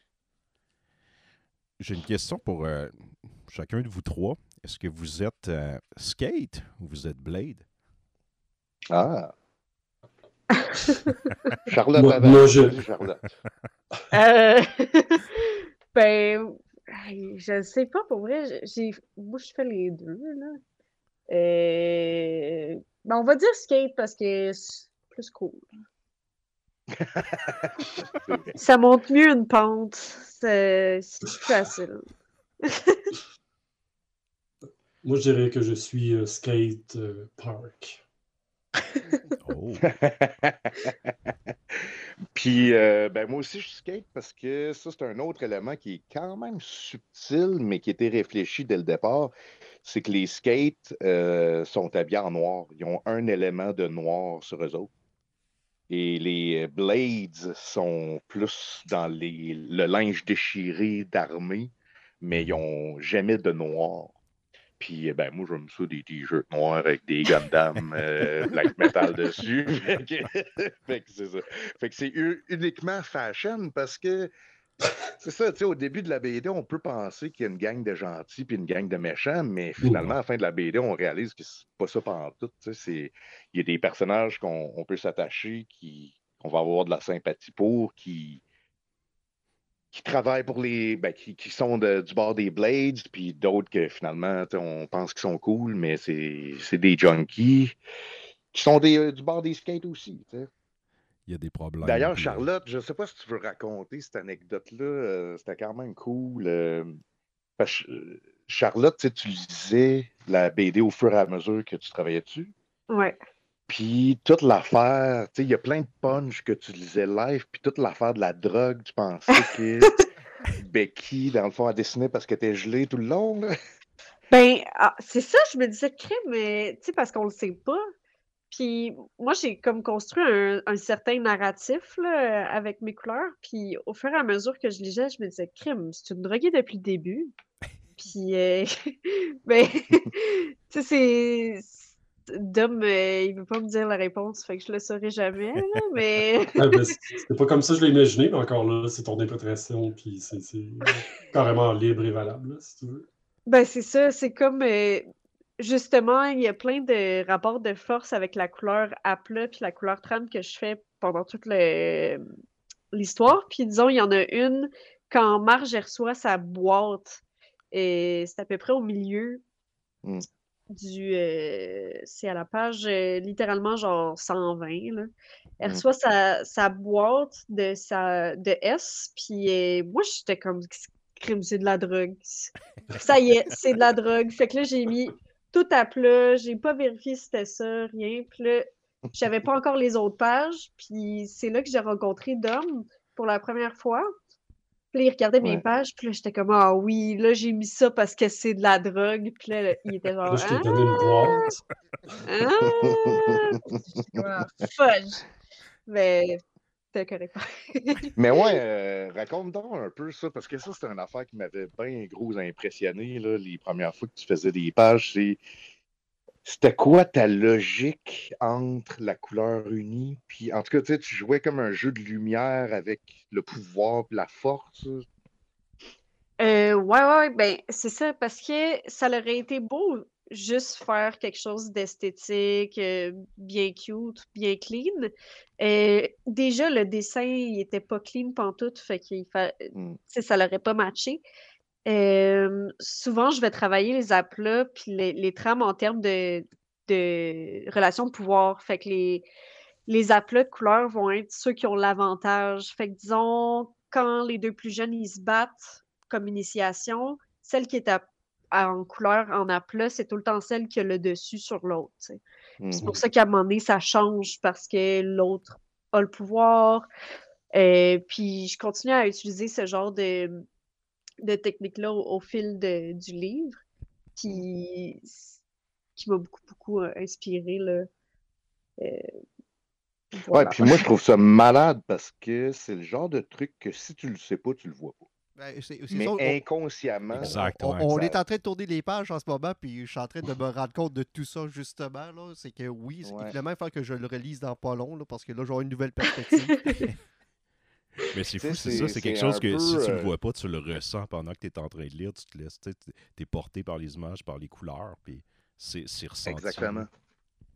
J'ai une question pour chacun de vous trois. Est-ce que vous êtes Skate ou vous êtes Blade? Ah. Charlotte Moi, avant. moi, Vas-y, Charlotte. Euh, Ben, je sais pas, pour vrai, moi, je fais les deux, là. Ben, on va dire skate parce que c'est plus cool. C'est vrai. Ça monte mieux une pente. C'est plus facile. Moi, je dirais que je suis skate park. Oh. Puis, ben moi aussi, je skate parce que ça, c'est un autre élément qui est quand même subtil, mais qui était réfléchi dès le départ. C'est que les skates sont habillés en noir. Ils ont un élément de noir sur eux autres. Et les blades sont plus dans le linge déchiré d'armée, mais ils n'ont jamais de noir. Puis, ben, moi, j'aime ça, des t-shirts noirs avec des Gundam black metal dessus. Fait que c'est ça. Fait que c'est uniquement fashion parce que c'est ça, tu sais, au début de la BD, on peut penser qu'il y a une gang de gentils puis une gang de méchants, mais finalement, à la fin de la BD, on réalise que c'est pas ça pantoute. Tu sais, il y a des personnages qu'on peut s'attacher, qu'on va avoir de la sympathie pour, qui travaillent pour qui sont du bord des Blades, puis d'autres que finalement, tu sais, on pense qu'ils sont cool, mais c'est des junkies, qui sont du bord des skates aussi, tu sais. Il y a des problèmes. D'ailleurs, puis, Charlotte, je ne sais pas si tu veux raconter cette anecdote-là. C'était quand même cool. Parce que, Charlotte, tu lisais la BD au fur et à mesure que tu travaillais dessus. Ouais. Puis toute l'affaire, il y a plein de punch que tu lisais live, puis toute l'affaire de la drogue, tu pensais que Becky, dans le fond, a dessiné parce qu'elle était gelée tout le long, là. Ben, c'est ça, je me disais, crème, mais tu sais, parce qu'on le sait pas. Puis moi, j'ai comme construit un certain narratif là, avec mes couleurs. Puis au fur et à mesure que je lisais, je me disais, crème, c'est une droguée depuis le début. Puis, ben, tu sais, Dom, il veut pas me dire la réponse, fait que je le saurai jamais, là, mais... Ben, c'est pas comme ça que je l'ai imaginé, mais encore là, c'est ton interprétation, puis c'est carrément libre et valable, là, si tu veux. Ben, c'est ça, c'est comme... justement, il y a plein de rapports de force avec la couleur à plat puis la couleur trame que je fais pendant toute l'histoire. Puis disons, il y en a une, quand Marge elle reçoit sa boîte, et c'est à peu près au milieu c'est à la page littéralement genre 120, là. Elle reçoit sa boîte de S, puis moi, j'étais comme, crime, c'est de la drogue. Ça y est, c'est de la drogue. Fait que là, j'ai mis tout à plat, j'ai pas vérifié si c'était ça, rien. Puis là, j'avais pas encore les autres pages, puis c'est là que j'ai rencontré Dom pour la première fois. Puis là, il regardait mes pages, puis là, j'étais comme, ah oui, là, j'ai mis ça parce que c'est de la drogue. Puis là, il était genre, Là, je t'ai donné une boîte. J'étais comme, ah, fudge. Mais c'était correct. Mais ouais, raconte donc un peu ça, parce que ça, c'était une affaire qui m'avait bien gros impressionné, là, les premières fois que tu faisais des pages. C'était quoi ta logique entre la couleur unie, puis en tout cas, tu jouais comme un jeu de lumière avec le pouvoir et la force. Ouais, ben c'est ça, parce que ça aurait été beau juste faire quelque chose d'esthétique, bien cute, bien clean. Déjà, le dessin, il était pas clean pantoute, fait qu'il ça l'aurait pas matché. Souvent, je vais travailler les aplats puis les trames en termes de relation de pouvoir. Fait que les aplats de couleurs vont être ceux qui ont l'avantage. Fait que disons, quand les deux plus jeunes, ils se battent comme initiation, celle qui est en couleur, en aplat, c'est tout le temps celle qui a le dessus sur l'autre. C'est pour ça qu'à un moment donné, ça change parce que l'autre a le pouvoir. Puis je continue à utiliser ce genre de technique-là au fil du livre qui m'a beaucoup inspiré. Là. Ouais, Voilà. puis moi, je trouve ça malade parce que c'est le genre de truc que si tu le sais pas, tu le vois pas. Mais ça, inconsciemment, on est en train de tourner les pages en ce moment, puis je suis en train de me rendre compte de tout ça, justement. Là. C'est que oui, finalement, il faut que je le relise dans pas long, là, parce que là, j'aurai une nouvelle perspective. Mais c'est fou, c'est ça. C'est quelque chose que si tu le vois pas, tu le ressens pendant que tu es en train de lire. Tu te laisses, tu es porté par les images, par les couleurs, puis c'est ressenti. Exactement.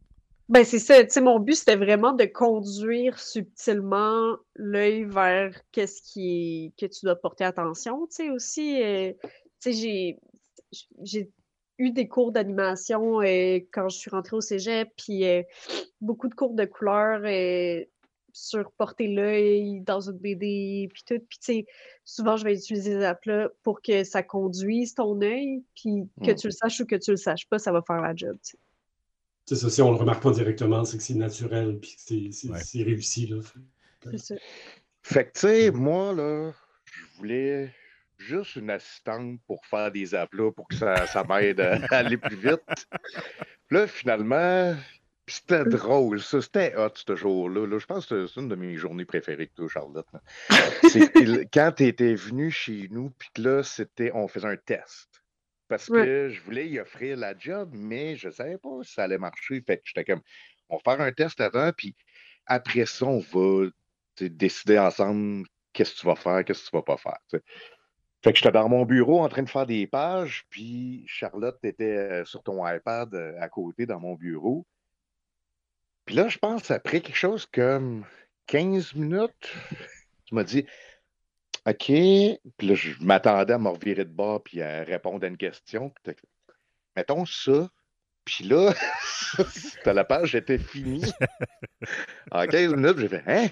Ben, c'est ça. Tu sais, mon but, c'était vraiment de conduire subtilement l'œil vers que tu dois porter attention. Tu sais, aussi, tu sais, j'ai eu des cours d'animation quand je suis rentrée au cégep, puis beaucoup de cours de couleurs sur porter l'œil dans une BD, puis tout. Puis, tu sais, souvent, je vais utiliser ces apps-là pour que ça conduise ton œil, puis que tu le saches ou que tu le saches pas, ça va faire la job, tu sais. C'est ça, si on le remarque pas directement, c'est que c'est naturel puis que c'est réussi. Là. C'est ça. Fait que, tu sais, moi, là, je voulais juste une assistante pour faire des aplats pour que ça m'aide à aller plus vite. Puis là, finalement, c'était drôle, ça. C'était hot, ce jour-là. Là. Je pense que c'est une de mes journées préférées que toi, Charlotte. C'est quand tu étais venu chez nous, puis que là, on faisait un test. Parce que je voulais y offrir la job, mais je ne savais pas si ça allait marcher. Fait que j'étais comme, on va faire un test avant, puis après ça, on va décider ensemble qu'est-ce que tu vas faire, qu'est-ce que tu vas pas faire. T'sais. Fait que j'étais dans mon bureau en train de faire des pages, puis Charlotte était sur ton iPad à côté dans mon bureau. Puis là, je pense, après quelque chose comme 15 minutes, tu m'as dit OK. Puis là, je m'attendais à me revirer de bord puis à répondre à une question. Mettons ça. Puis là, la page était finie. En 15 minutes, j'ai fait Hein?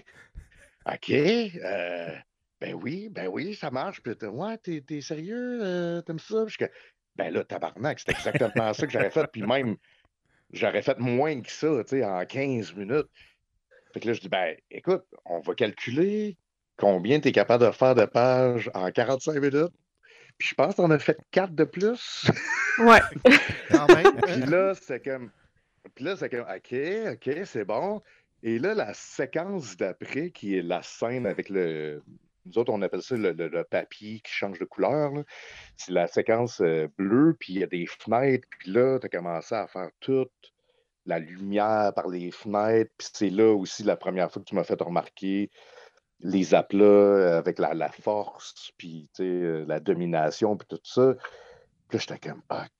OK. Ben oui, ça marche. Puis ouais, t'es sérieux? T'aimes ça? Puis ben là, tabarnak, c'est exactement ça que j'aurais fait. Puis même, j'aurais fait moins que ça, tu sais, en 15 minutes. Fait que là, je dis, ben, écoute, on va calculer combien tu es capable de faire de pages en 45 minutes. Puis je pense qu'on a fait 4 de plus. Ouais. Quand même. Puis là, c'est comme, OK, c'est bon. Et là, la séquence d'après, qui est la scène avec nous autres, on appelle ça le papier qui change de couleur. Là. C'est la séquence bleue, puis il y a des fenêtres. Puis là, tu as commencé à faire toute la lumière par les fenêtres. Puis c'est là aussi la première fois que tu m'as fait remarquer les aplats avec la force, puis la domination, puis tout ça. Puis là, j'étais comme,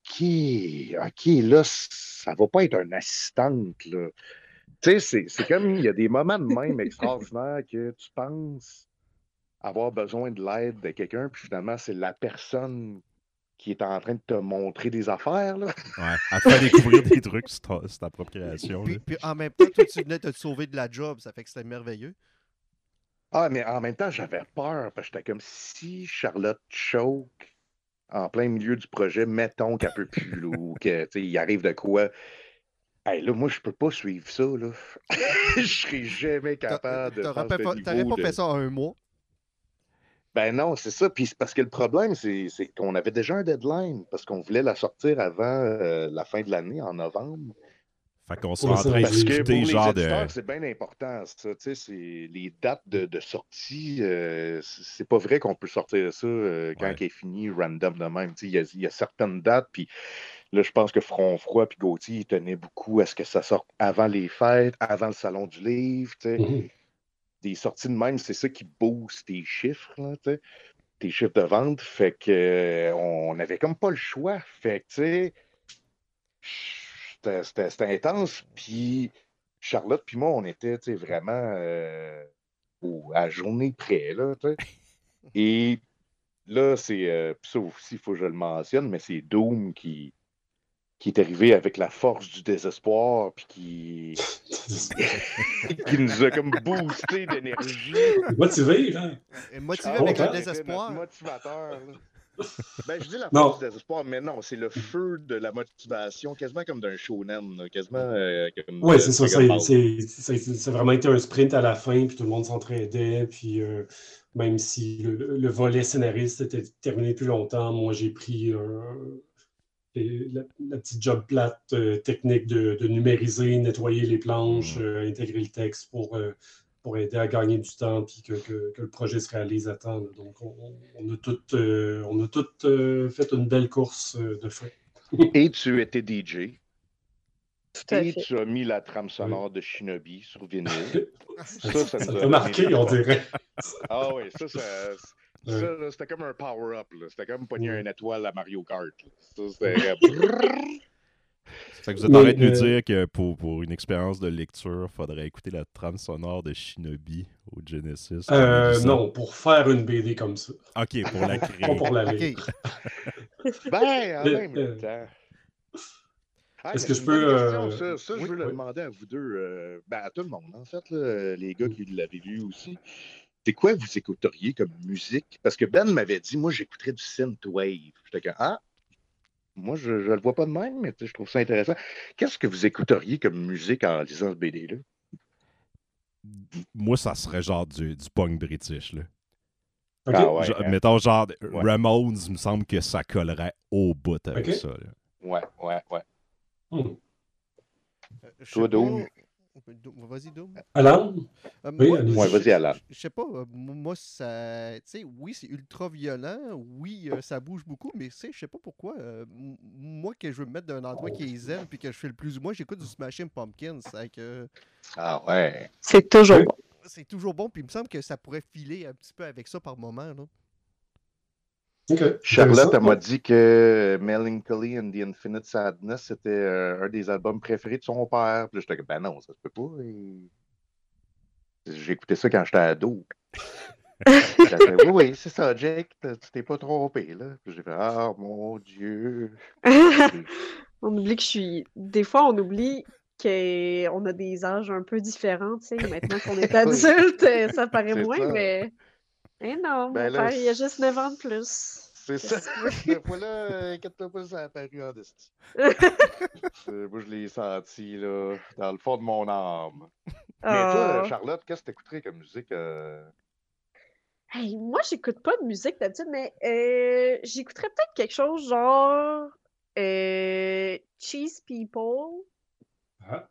OK, là, ça va pas être une assistante, là. Tu sais, c'est comme, il y a des moments de même extraordinaires que tu penses avoir besoin de l'aide de quelqu'un, puis finalement, c'est la personne qui est en train de te montrer des affaires, là. Ouais, à te faire découvrir des trucs sur ta propre création. Puis en même temps, toi, tu venais de te sauver de la job, ça fait que c'était merveilleux. Ah, mais en même temps, j'avais peur, parce que j'étais comme, si Charlotte choke en plein milieu du projet, mettons qu'elle peut plus, là, ou qu'il arrive de quoi. Hey, là, moi, je peux pas suivre ça, là. Je serais jamais capable de faire ce niveau T'aurais pas fait ça en un mois? Ben non, c'est ça. Puis c'est parce que le problème, c'est qu'on avait déjà un deadline, parce qu'on voulait la sortir avant la fin de l'année, en novembre. Fait qu'on s'est en train Parce que d'écouter pour genre les éditeurs, de... c'est bien important, ça. Tu sais, les dates de sortie, c'est pas vrai qu'on peut sortir ça quand il est fini, random de même. Tu sais, il y a certaines dates, puis là, je pense que Front Froid puis Gauthier, ils tenaient beaucoup à ce que ça sorte avant les fêtes, avant le Salon du Livre, tu sais. Des sorties de même, c'est ça qui booste tes chiffres, là, tu sais, tes chiffres de vente. Fait que on avait comme pas le choix. Fait que, tu sais, c'était intense. Puis Charlotte puis moi, on était, tu sais, vraiment à la journée près, là, tu sais. Et là, c'est, ça aussi, il faut que je le mentionne, mais c'est Doom qui est arrivé avec la force du désespoir, puis qui nous a comme boosté d'énergie. Motivé, là. Motivé avec le désespoir. Notre motivateur, là. Ben, je dis la force du désespoir, mais non, c'est le feu de la motivation, quasiment comme d'un shonen, là, quasiment comme... Oui, c'est ça. C'est vraiment été un sprint à la fin, puis tout le monde s'entraidait, puis même si le volet scénariste était terminé plus longtemps, moi, j'ai pris... la petite job plate technique de numériser, nettoyer les planches, intégrer le texte pour aider à gagner du temps puis que le projet se réalise à temps. Là. Donc, on a tout fait une belle course de fin. Et tu étais DJ. Et tu as mis la trame sonore de Shinobi sur vinyle. Ça nous a marqué, on dirait. Ah oui, ça là, c'était comme un power-up. C'était comme pogner une étoile à Mario Kart. Là. Ça, c'était... Fait que vous êtes en train de nous dire que pour une expérience de lecture, il faudrait écouter la trame sonore de Shinobi au Genesis. Non, pour faire une BD comme ça. OK, pour la Pas créer. pour la Ok. lire. Ben, en Le- même temps. Ah, Est-ce mais que c'est je une bonne peux... question, ça. oui, Je veux le oui. demander à vous deux. Ben, à tout le monde, en fait, là, les gars qui l'avaient lu aussi. C'est quoi vous écouteriez comme musique? Parce que Ben m'avait dit, moi, j'écouterais du synthwave. J'étais comme, ah, moi, je le vois pas de même, mais tu sais, je trouve ça intéressant. Qu'est-ce que vous écouteriez comme musique en lisant ce BD-là? Moi, ça serait genre du punk british, là. OK. Ah ouais, hein? Mettons genre Ouais. Ramones, il me semble que ça collerait au bout avec Ok. ça. Là. Ouais. Hmm. Je sais Toi, Doom? pas. Vas-y, Doom. Alan? Oui, Moi, allez-y. Ouais, vas-y, Alan. je sais pas, moi, ça. Tu sais, oui, c'est ultra violent, oui, ça bouge beaucoup, mais tu sais, je sais pas pourquoi. Moi, que je veux me mettre d'un endroit qui est zen, puis que je fais le plus. Moi, j'écoute du Smashing Pumpkins, Ah ouais. C'est toujours Oui. bon. c'est toujours bon, puis il me semble que ça pourrait filer un petit peu avec ça par moment, là. OK. Charlotte, Intéressant. elle m'a dit que Melancholy and the Infinite Sadness, c'était un des albums préférés de son père. Puis là, j'étais comme, ben non, ça se peut pas. J'ai écouté ça quand j'étais ado. J'ai fait, oui, c'est ça, Jake, tu t'es pas trompé, là. Puis j'ai fait, ah, mon Dieu. On oublie que je suis. Des fois, on oublie qu'on a des âges un peu différents, tu sais. Maintenant qu'on est Oui. adulte, ça paraît C'est moins, ça. mais. Eh non, Ben mon là, père, il a juste 9 ans de plus. C'est ça. Qu'est-ce que tu veux? Cette fois-là, inquiète-toi pas, ça a apparu en esti. Moi, je l'ai senti, là, dans le fond de mon âme. Mais toi, Ah. Charlotte, qu'est-ce que t'écouterais comme musique? Hey, moi, j'écoute pas de musique d'habitude, mais j'écouterais peut-être quelque chose genre Cheese People. Ah.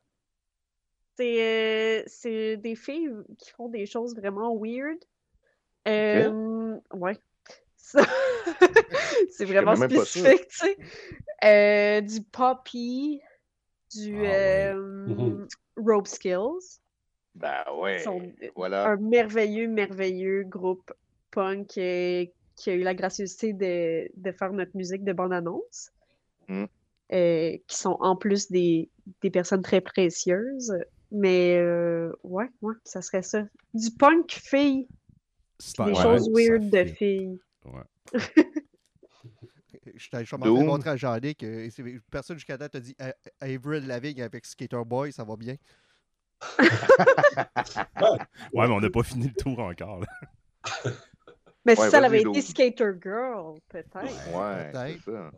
C'est des filles qui font des choses vraiment weird. Ouais. Ça- C'est Je vraiment connais même pas ça. spécifique, tu sais. Du poppy, du Ah ouais. rope skills. Ben ouais, Sont voilà. un merveilleux groupe punk qui a eu la gracieuseté de faire notre musique de bande-annonce. Mm. Qui sont en plus des personnes très précieuses. Mais ouais, ça serait ça. Du punk fille. Des Ouais, choses ça weird de fait. filles. Ouais. Je suis en train de Doom. montrer à Jean-Luc que personne jusqu'à date a dit Avril Lavigne avec Skater Boy, ça va bien. Ouais, mais on n'a pas fini le tour encore. Là. Mais Ouais, si ça vas-y, avait été Doom. Skater Girl, peut-être. Ouais, c'est Peut-être. ça.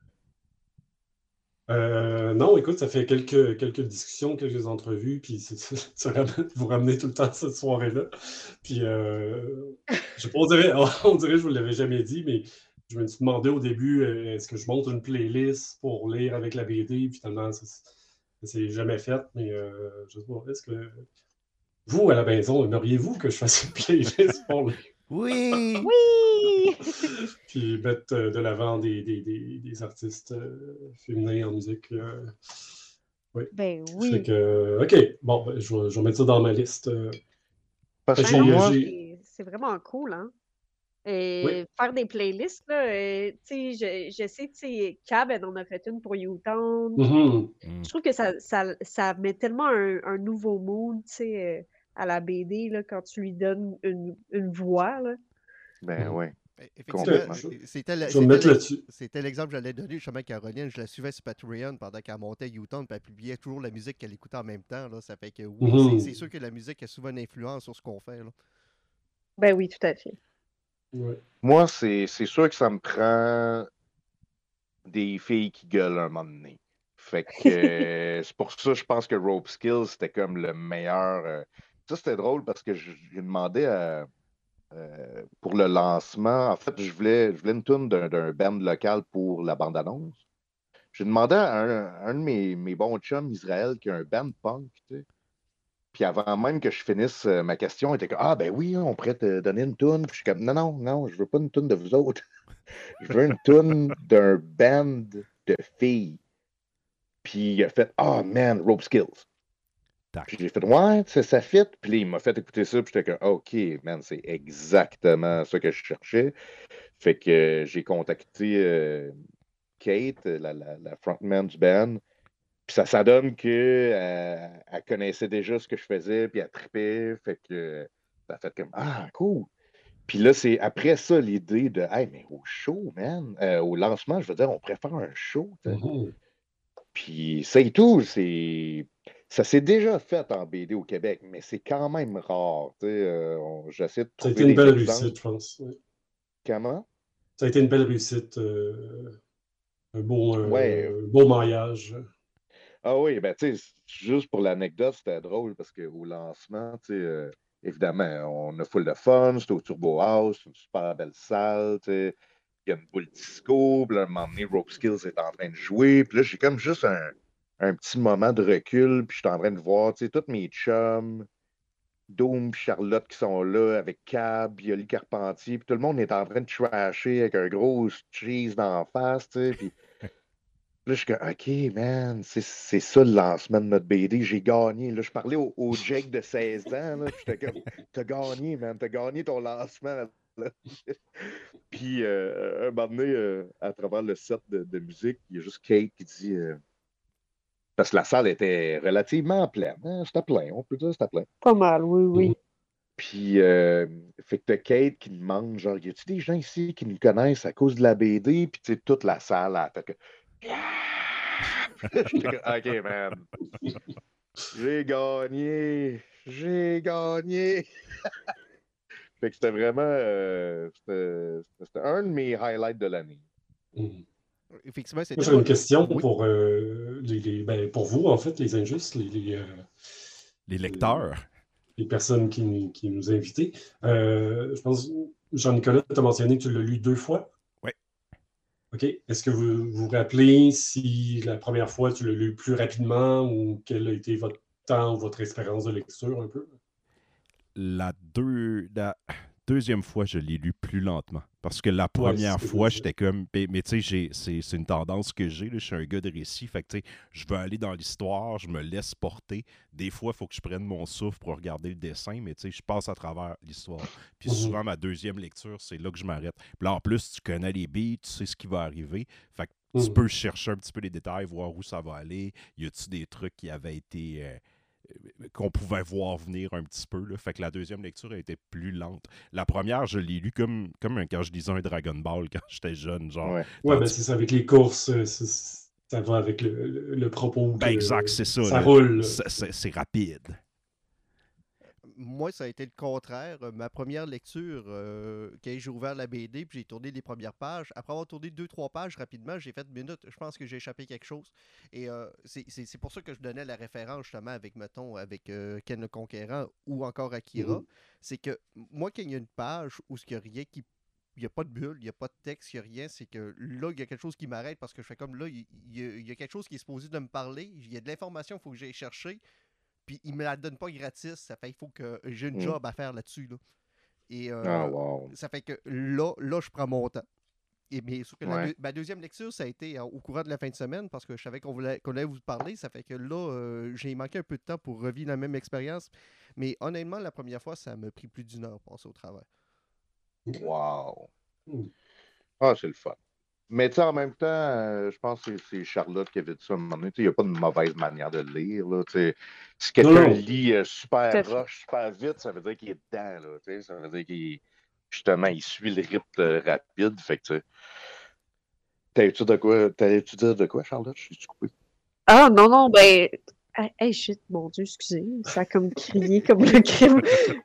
Non, écoute, ça fait quelques discussions, quelques entrevues, puis vous ramenez tout le temps cette soirée-là. Puis, je sais pas, on dirait que je vous l'avais jamais dit, mais je me suis demandé au début, est-ce que je monte une playlist pour lire avec la BD, puis finalement, ça s'est jamais fait, mais je sais pas, est-ce que vous, à la maison, aimeriez-vous que je fasse une playlist pour lire? Oui! Oui! Puis mettre de l'avant des artistes féminins en musique. Oui. Ben Fait oui. que, OK, bon, ben, je vais mettre ça dans ma liste. Parce que J'ai- Ben non, j'ai- c'est vraiment cool, hein? Oui. Faire des playlists, là, tu sais, je sais, tu sais, Cab, elle en a fait une pour U-Town. Mhm. Je trouve que ça met tellement un nouveau mood, tu sais, à la BD, là, quand tu lui donnes une voix, là. Ben ouais. Effectivement, Complètement. Je vais me mettre là-dessus. c'était l'exemple que j'allais donner justement à Caroline. Je la suivais sur Patreon pendant qu'elle montait U-Town, puis elle publiait toujours la musique qu'elle écoutait en même temps. Là. Ça fait que oui, Mhm. c'est sûr que la musique a souvent une influence sur ce qu'on fait. Là. Ben oui, tout à fait. Ouais. Moi, c'est sûr que ça me prend des filles qui gueulent un moment donné. Fait que c'est pour ça, je pense que Rope Skills, c'était comme le meilleur. Ça, c'était drôle parce que j'ai demandé pour le lancement. En fait, je voulais une tune d'un band local pour la bande-annonce. J'ai demandé à un de mes bons chums, Israël, qui a un band punk, tu sais. Puis avant même que je finisse ma question, il était comme, ah ben oui, on pourrait te donner une tune. Puis je suis comme, non, je veux pas une tune de vous autres. Je veux une tune d'un band de filles. Puis il a fait, ah man, Rope Skills. Tac. Puis j'ai fait, ouais, ça fit. Puis là, il m'a fait écouter ça. Puis j'étais comme, OK, man, c'est exactement ça que je cherchais. Fait que j'ai contacté Kate, la frontman du band. Puis ça donne qu'elle elle connaissait déjà ce que je faisais, puis elle trippait. Fait que ça a fait comme ah, cool. Puis là, c'est après ça l'idée de hey, mais au show, man, au lancement, je veux dire, on préfère un show. T'sais. Puis ça et tout, ça s'est déjà fait en BD au Québec, mais c'est quand même rare. J'essaie de Ça a trouver été une des belle exemples. réussite, je pense. Ouais. Comment? Ça a été une belle réussite. Un Ouais. beau maillage. Ah oui, ben tu sais, juste pour l'anecdote, c'était drôle parce qu'au lancement, tu sais, évidemment, on a full de fun, c'était au Turbo House, une super belle salle, tu sais, il y a une boule disco, puis là, à un moment donné, Rope Skills est en train de jouer, puis là, j'ai comme juste un petit moment de recul, puis je suis en train de voir, tu sais, tous mes chums, Doom, puis Charlotte qui sont là, avec Cab, Yoli Carpentier, puis tout le monde est en train de trasher avec un gros cheese d'en face, tu sais, puis là, je suis comme, OK, man, c'est ça le lancement de notre BD. J'ai gagné. Là, je parlais au Jake de 16 ans. Là, puis j'étais comme, t'as gagné, man. T'as gagné ton lancement. Là. Puis, un moment donné, à travers le set de musique, il y a juste Kate qui dit. Parce que la salle était relativement pleine. Hein? C'était plein, on peut dire, c'était plein. Pas mal, oui, oui. Puis, fait que t'as Kate qui demande, genre, y a-tu des gens ici qui nous connaissent à cause de la BD? Puis, tu sais, toute la salle, elle fait que. J'étais comme, OK, man. J'ai gagné. J'ai gagné. Fait que c'était vraiment. C'était un de mes highlights de l'année. Effectivement, Moi, j'ai une question pour, pour vous, en fait, les injustes, les lecteurs. Les personnes qui nous ont invités. Je pense, Jean-Nicolas, tu as mentionné que tu l'as lu 2 fois. Oui. OK. Est-ce que vous vous rappelez si la première fois, tu l'as lu plus rapidement ou quel a été votre temps ou votre expérience de lecture un peu? La deuxième fois, je l'ai lu plus lentement. Parce que la première fois, j'étais comme... Mais tu sais, c'est une tendance que j'ai. Je suis un gars de récit. Fait que tu sais, je veux aller dans l'histoire, je me laisse porter. Des fois, il faut que je prenne mon souffle pour regarder le dessin, mais tu sais, je passe à travers l'histoire. Puis souvent, ma deuxième lecture, c'est là que je m'arrête. Puis là, en plus, tu connais les beats, tu sais ce qui va arriver. Fait que tu peux chercher un petit peu les détails, voir où ça va aller. Y a-tu des trucs qui avaient été... qu'on pouvait voir venir un petit peu. Là. Fait que la deuxième lecture a été plus lente. La première, je l'ai lu comme quand je lisais un Dragon Ball quand j'étais jeune. Genre. Ouais, ben c'est ça, avec les courses, ça va avec le propos. Ben exact, c'est ça. Ça roule. C'est rapide. Moi, ça a été le contraire. Ma première lecture, quand j'ai ouvert la BD, puis j'ai tourné les premières pages. Après avoir tourné 2-3 pages rapidement, j'ai fait minute. Je pense que j'ai échappé quelque chose. Et c'est pour ça que je donnais la référence justement avec, mettons, avec Ken le Conquérant ou encore Akira. C'est que moi, quand il y a une page où il n'y a rien qui. Il n'y a pas de bulle, il n'y a pas de texte, il n'y a rien. C'est que là, il y a quelque chose qui m'arrête parce que je fais comme là, il y a quelque chose qui est supposé de me parler. Il y a de l'information, il faut que j'aille chercher. Puis il me la donne pas gratis, ça fait il faut que j'ai une job à faire là-dessus. Là. Et ça fait que là, je prends mon temps. Et bien sûr que ma deuxième lecture, ça a été au courant de la fin de semaine parce que je savais qu'on allait vous parler. Ça fait que là, j'ai manqué un peu de temps pour revivre la même expérience. Mais honnêtement, la première fois, ça m'a pris plus d'1 heure à passer au travers. Wow! Ah, c'est le fun. Mais tu sais, en même temps, je pense que c'est Charlotte qui avait dit ça à un moment donné. Il n'y a pas de mauvaise manière de le lire. Là, si quelqu'un lit super rush, super vite, ça veut dire qu'il est dedans. Là, ça veut dire qu'il justement, il suit le rythme rapide. Fait que t'allais-tu dire de quoi, Charlotte? Je suis coupé. Ah non, ben. Hey, shit, mon Dieu, excusez. Ça a comme crié comme le crime.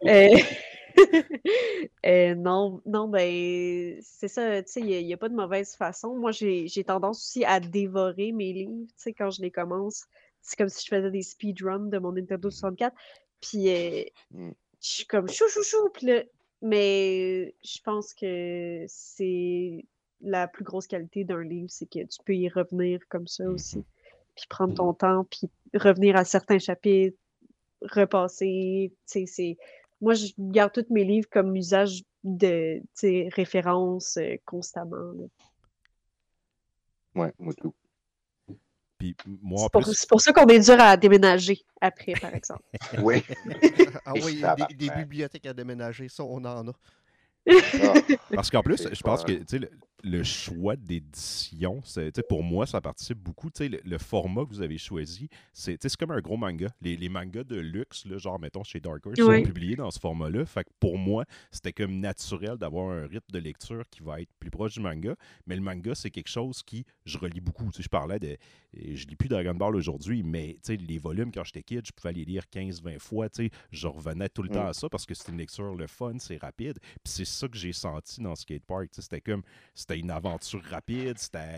Non, ben, c'est ça, tu sais, il n'y a pas de mauvaise façon. Moi, j'ai tendance aussi à dévorer mes livres, tu sais, quand je les commence. C'est comme si je faisais des speedruns de mon Nintendo 64. Puis, je suis comme chou, puis là, mais je pense que c'est la plus grosse qualité d'un livre, c'est que tu peux y revenir comme ça aussi. Puis prendre ton temps, puis revenir à certains chapitres, repasser, tu sais, c'est... Moi, je garde tous mes livres comme usage de référence constamment. Là. Ouais, moi tout. Puis moi, c'est pour ça qu'on est dur à déménager après, par exemple. Oui. Ah oui, des bibliothèques à déménager, ça, on en a. Parce qu'en plus, je pense que le choix d'édition, pour moi, ça participe beaucoup. Le format que vous avez choisi, c'est comme un gros manga. Les mangas de luxe, là, genre, mettons, chez Dark Horse, sont publiés dans ce format-là. Fait que pour moi, c'était comme naturel d'avoir un rythme de lecture qui va être plus proche du manga. Mais le manga, c'est quelque chose qui, je relis beaucoup. Je parlais de... Je lis plus Dragon Ball aujourd'hui, mais les volumes, quand j'étais kid, je pouvais les lire 15-20 fois. Je revenais tout le temps à ça parce que c'était une lecture le fun, c'est rapide. Puis c'est ça que j'ai senti dans Skate Park. C'était une aventure rapide,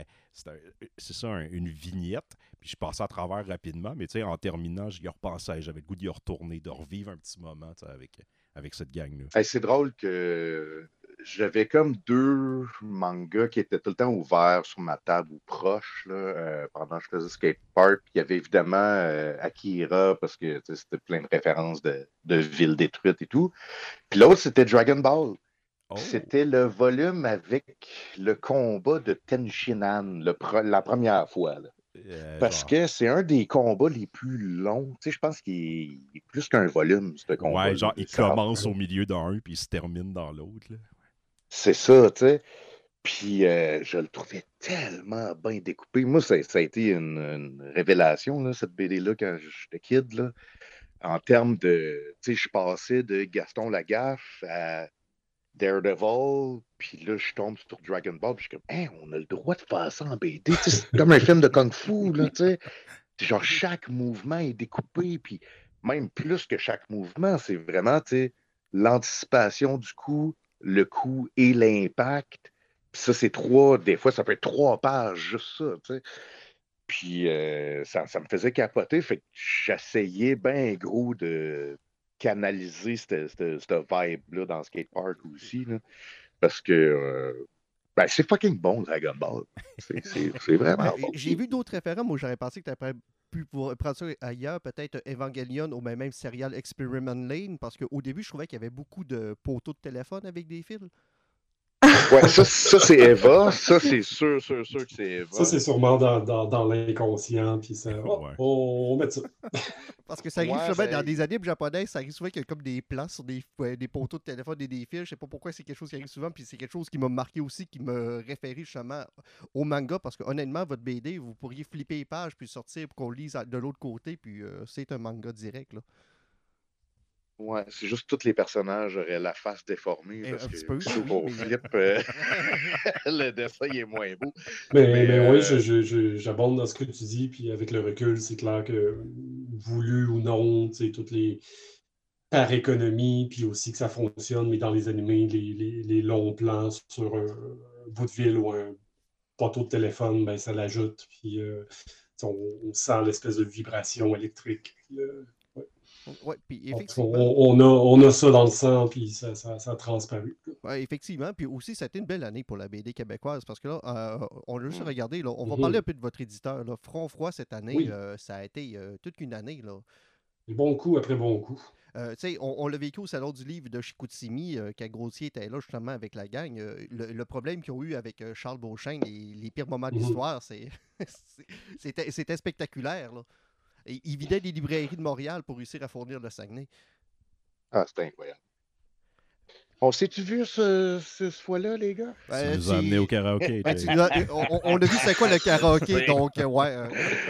c'est ça, une vignette. Puis je passais à travers rapidement, mais en terminant, j'y repensais. J'avais le goût d'y retourner, de revivre un petit moment avec cette gang-là. Hey, c'est drôle que j'avais comme 2 mangas qui étaient tout le temps ouverts sur ma table ou proches là, pendant que je faisais Skate Park. Il y avait évidemment Akira, parce que c'était plein de références de villes détruites et tout. Puis l'autre, c'était Dragon Ball. Oh. C'était le volume avec le combat de Tenshinhan, la première fois. Là. Parce que c'est un des combats les plus longs. Je pense qu'il est plus qu'un volume, ce combat. Ouais, genre, il commence au milieu d'un, puis il se termine dans l'autre. C'est ça, tu sais. Puis je le trouvais tellement bien découpé. Moi, ça a été une révélation, là, cette BD-là, quand j'étais kid. Là. En termes de... Tu sais, je passais de Gaston Lagaffe à Daredevil, puis là, je tombe sur Dragon Ball, puis je suis comme, hey, on a le droit de faire ça en BD. C'est comme un film de Kung-Fu, là, tu sais. Genre, chaque mouvement est découpé, puis même plus que chaque mouvement, c'est vraiment, tu sais, l'anticipation du coup, le coup et l'impact. Puis ça, c'est 3, des fois, ça peut être 3 pages, juste ça, tu sais. Puis ça me faisait capoter, fait que j'essayais bien gros de canaliser cette vibe-là dans Skate Park aussi, là, parce que c'est fucking bon, Dragon Ball. C'est vraiment bon. J'ai vu d'autres référents. Moi, j'aurais pensé que tu aurais pu prendre ça ailleurs, peut-être Evangelion ou même Serial Experiment Lane, parce qu'au début, je trouvais qu'il y avait beaucoup de poteaux de téléphone avec des fils. Ouais, ça c'est Eva. Ça, c'est sûr que c'est Eva. Ça, c'est sûrement dans l'inconscient. Puis ça, on met ça. Parce que ça arrive souvent dans des animes japonais, ça arrive souvent qu'il y a comme des plans sur des poteaux de téléphone et des fils. Je sais pas pourquoi c'est quelque chose qui arrive souvent. Puis c'est quelque chose qui m'a marqué aussi, qui me référait justement au manga. Parce que honnêtement, votre BD, vous pourriez flipper les pages puis sortir pour qu'on le lise de l'autre côté. Puis c'est un manga direct, là. Ouais, c'est juste que tous les personnages auraient la face déformée. Parce que souvent au flip, le dessin il est moins beau. Mais oui, j'abonde dans ce que tu dis, puis avec le recul, c'est clair que voulu ou non, tu sais, toutes les par économie, puis aussi que ça fonctionne, mais dans les animés, les longs plans sur un bout de ville ou un poteau de téléphone, ben ça l'ajoute, puis on sent l'espèce de vibration électrique. Puis, ouais, puis effectivement. On a ça dans le sang, puis ça a transparu. Ouais, effectivement, puis aussi, ça a été une belle année pour la BD québécoise, parce que là, on a juste regardé, là, on va parler un peu de votre éditeur. Là. Front Froid, cette année, ça a été toute une année. Là. Bon coup après bon coup. On l'a vécu au Salon du Livre de Chicoutimi, quand Grottier était là justement avec la gang. Le problème qu'ils ont eu avec Charles Beauchesne, les pires moments de l'histoire, c'était spectaculaire. Là. Et il vidait des librairies de Montréal pour réussir à fournir le Saguenay. Ah, c'était incroyable. On s'est-tu vu ce fois-là, les gars? Tu nous as amenés au karaoké. On a vu c'est quoi le karaoké, donc ouais.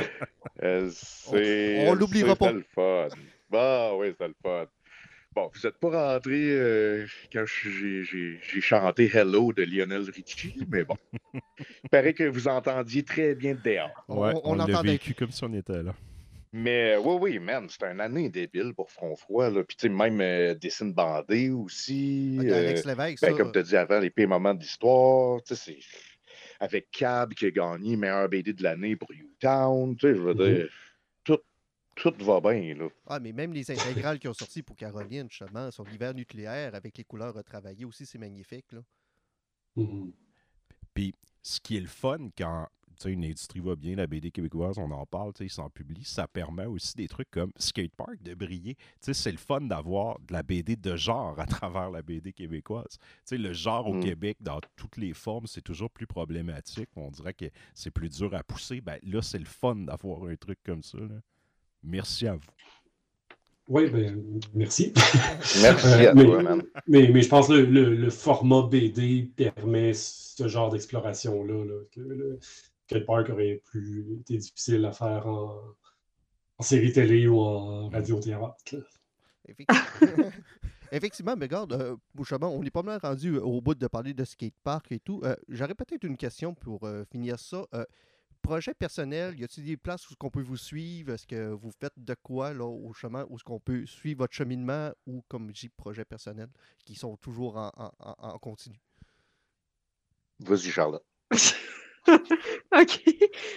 On l'oubliera pas. C'était le fun. Bah oui, c'était le fun. Bon, vous n'êtes pas rentré quand j'ai chanté Hello de Lionel Richie, mais bon. Il paraît que vous entendiez très bien dehors. Ouais, on l'a vécu comme si on était là. Mais oui, man, c'était une année débile pour Front Froid. Là. Puis, tu sais, même Dessine Bandé aussi. Alex Lévesque, ça. Comme tu as dit avant, les pires moments d'histoire. Tu sais, c'est avec Cab qui a gagné meilleur BD de l'année pour U-Town. Tu sais, je veux dire, tout va bien, là. Ah, mais même les intégrales qui ont sorti pour Caroline, justement, sur l'hiver nucléaire, avec les couleurs retravaillées aussi, c'est magnifique, là. Puis, ce qui est le fun quand une industrie va bien, la BD québécoise, on en parle, ils s'en publient, ça permet aussi des trucs comme Skate Park de briller. C'est le fun d'avoir de la BD de genre à travers la BD québécoise. Le genre au Québec, dans toutes les formes, c'est toujours plus problématique. On dirait que c'est plus dur à pousser. Ben, là, c'est le fun d'avoir un truc comme ça. Là. Merci à vous. Oui, ben, merci. Merci à toi, man. Mais je pense que le format BD permet ce genre d'exploration-là, là, que Kate Park aurait été difficile à faire en série télé ou en radio-théâtre. Effectivement, mais regarde, Bouchement, on est pas mal rendu au bout de parler de skatepark et tout. J'aurais peut-être une question pour finir ça. Projet personnel, y a-t-il des places où on peut vous suivre? Est-ce que vous faites de quoi là, au chemin? Où est-ce qu'on peut suivre votre cheminement ou, comme je dis, projets personnels qui sont toujours en continu? Vas-y, Charlotte. OK.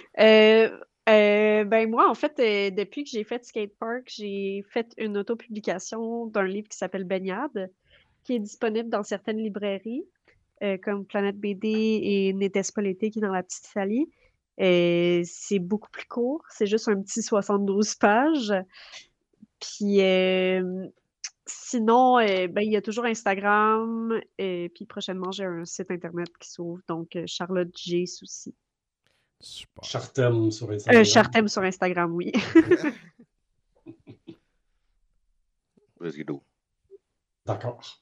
Ben moi, en fait, depuis que j'ai fait Skatepark, j'ai fait une autopublication d'un livre qui s'appelle Baignade, qui est disponible dans certaines librairies, comme Planète BD et N'était-ce pas l'été qui est dans la petite Italie. C'est beaucoup plus court, c'est juste un petit 72 pages. Puis sinon, ben, il y a toujours Instagram, et puis prochainement, j'ai un site internet qui s'ouvre, donc Charlotte G. Soucy. Super. Chartem sur Instagram. Chartem sur Instagram, oui. Vas-y, Do. D'accord.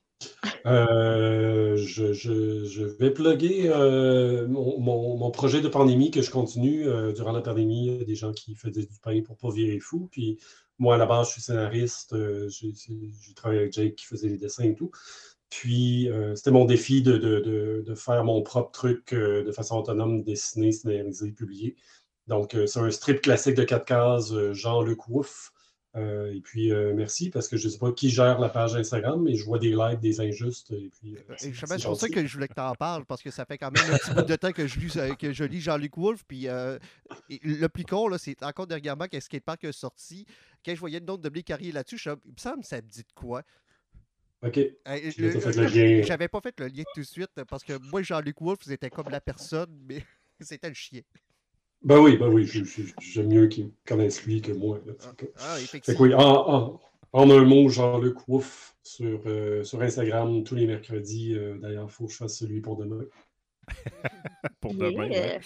Je vais plugger mon projet de pandémie que je continue. Durant la pandémie, il y a des gens qui faisaient du pain pour pas virer fou. Puis moi, à la base, je suis scénariste. J'ai travaillé avec Jake qui faisait les dessins et tout. Puis c'était mon défi de faire mon propre truc de façon autonome, dessiné, scénarisé, publié. Donc, c'est un strip classique de 4 cases, Jean-Luc Wouf. Et puis, merci, parce que je ne sais pas qui gère la page Instagram, mais je vois des likes, des injustes. Et puis, C'est pour ça gentil. que je voulais que tu en parles, parce que ça fait quand même un petit bout de temps que je lis Jean-Luc Wolfe. Puis le plus con, là, c'est encore dernièrement qu'un skatepark est sorti. Quand je voyais le nom de Dominique Carrier là-dessus, il me semble que ça me dit de quoi. OK. Fait le lien. J'avais pas fait le lien tout de suite, parce que moi, Jean-Luc Wolfe, c'était comme la personne, mais c'était le chien. Ben oui, j'aime mieux qu'ils connaissent lui que moi. Fait que oui, en un mot, Jean-Luc Wouf sur Instagram tous les mercredis. D'ailleurs, il faut que je fasse celui pour demain. Pour demain, ouais.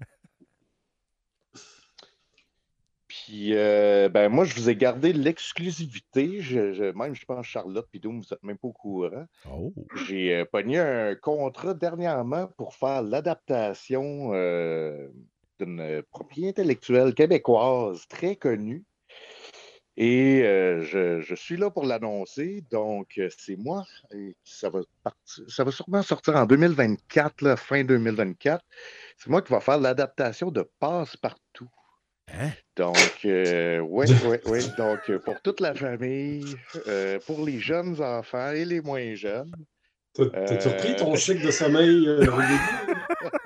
Puis, ben moi, je vous ai gardé l'exclusivité. Même, je pense, Charlotte et Doom, vous n'êtes même pas au courant. Oh. J'ai pogné un contrat dernièrement pour faire l'adaptation d'une propriété intellectuelle québécoise très connue. Et je suis là pour l'annoncer. Donc, c'est moi. Et ça va sûrement sortir en 2024, là, fin 2024. C'est moi qui va faire l'adaptation de Passe-Partout. Hein? Donc, oui. Donc, pour toute la famille, pour les jeunes enfants et les moins jeunes. T'as-tu repris ton cycle de sommeil au début?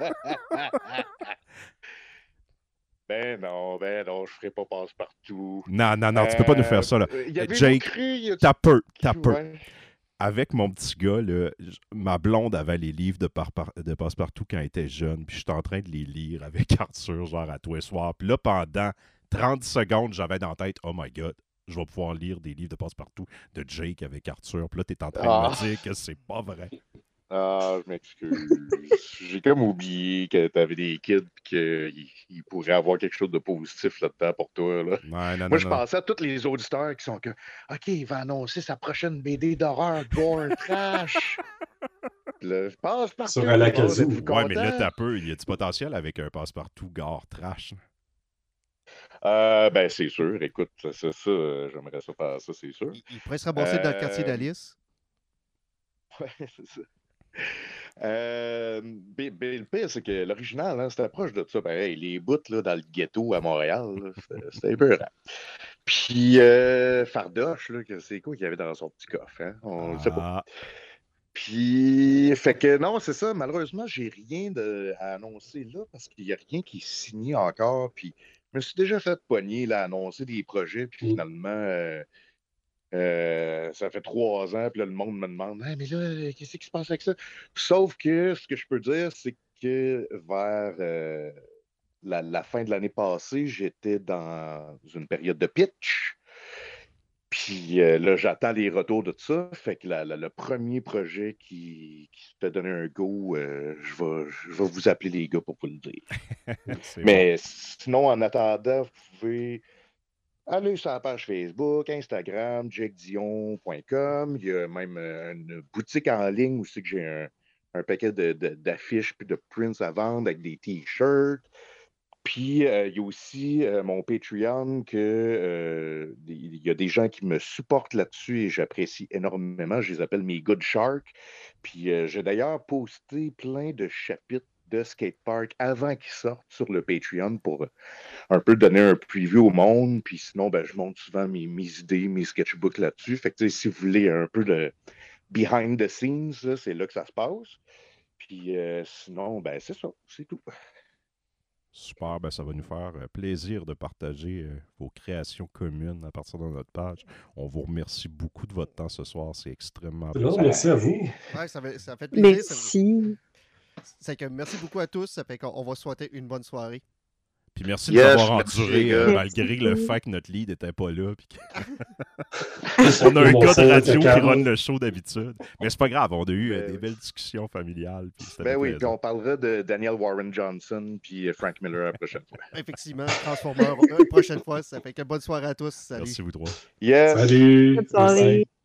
Ben non, je ferai pas Passe-Partout. Non, tu peux pas nous faire ça, là. Jake, t'as peur. Ouais. Avec mon petit gars, là, ma blonde avait les livres de Passe-Partout quand elle était jeune, puis j'étais en train de les lire avec Arthur, genre à tous les soirs. Puis là, pendant 30 secondes, j'avais dans la tête, oh my God, je vais pouvoir lire des livres de Passe-Partout de Jake avec Arthur. Puis là, t'es en train de me dire que c'est pas vrai. Ah, je m'excuse. J'ai comme oublié que t'avais des kids et qu'ils pourraient avoir quelque chose de positif là-dedans pour toi. Là. Moi, je pensais à tous les auditeurs qui sont que OK, il va annoncer sa prochaine BD d'horreur, gore, trash. Là, je passe partout. Sur Alakazoo. Ouais, mais là, t'as peu. Il y a du potentiel avec un Passe-Partout gore, trash. Ben, c'est sûr. Écoute, ça j'aimerais ça faire ça, c'est sûr. Il pourrait se ramasser dans le quartier d'Alice. Ouais, c'est ça. Le pire, c'est que l'original, hein, c'était proche de ça. Pareil, les bouts là, dans le ghetto à Montréal, c'était un peu rare. Puis Fardoche, là, c'est quoi qu'il y avait dans son petit coffre? Hein? On ne sait pas. Puis, fait que non, c'est ça. Malheureusement, j'ai rien à annoncer là parce qu'il n'y a rien qui est signé encore. Puis, je me suis déjà fait pogner là, à annoncer des projets. Puis finalement. Ça fait 3 ans, puis là, le monde me demande mais là, qu'est-ce qui se passe avec ça? Sauf que ce que je peux dire, c'est que vers la fin de l'année passée, j'étais dans une période de pitch. Puis là, j'attends les retours de ça. Fait que le premier projet qui se fait donner un go, je vais vous appeler les gars pour vous le dire. Mais sinon, en attendant, vous pouvez allez sur la page Facebook, Instagram, jackdion.com. Il y a même une boutique en ligne où c'est que j'ai un paquet d'affiches puis de prints à vendre avec des t-shirts. Puis, il y a aussi mon Patreon il y a des gens qui me supportent là-dessus et j'apprécie énormément. Je les appelle mes Good Sharks. Puis, j'ai d'ailleurs posté plein de chapitres de Skatepark avant qu'ils sortent sur le Patreon pour un peu donner un preview au monde. Puis sinon, ben, je montre souvent mes idées, mes sketchbooks là-dessus. Fait que, si vous voulez un peu de behind the scenes, là, c'est là que ça se passe. Puis sinon, ben, c'est ça, c'est tout. Super, ben ça va nous faire plaisir de partager vos créations communes à partir de notre page. On vous remercie beaucoup de votre temps ce soir, c'est extrêmement Non, merci à vous. Ouais, ça fait plaisir. Merci. C'est que merci beaucoup à tous. Ça fait qu'on va souhaiter une bonne soirée. Puis merci de Yes, nous avoir merci, enduré les gars. malgré le Merci. fait que notre lead n'était pas là. Puis on a un Mon gars de son radio qui était run calme. le show d'habitude. Mais c'est pas grave, on a eu Ben des oui. belles discussions familiales. Puis c'était Ben bien oui, puis plaisant. on parlera de Daniel Warren Johnson puis Frank Miller la prochaine fois. Effectivement, Transformer, une prochaine fois. Ça fait que bonne soirée à tous. Salut. Merci vous trois. Yes! Salut. Bonne soirée. Merci.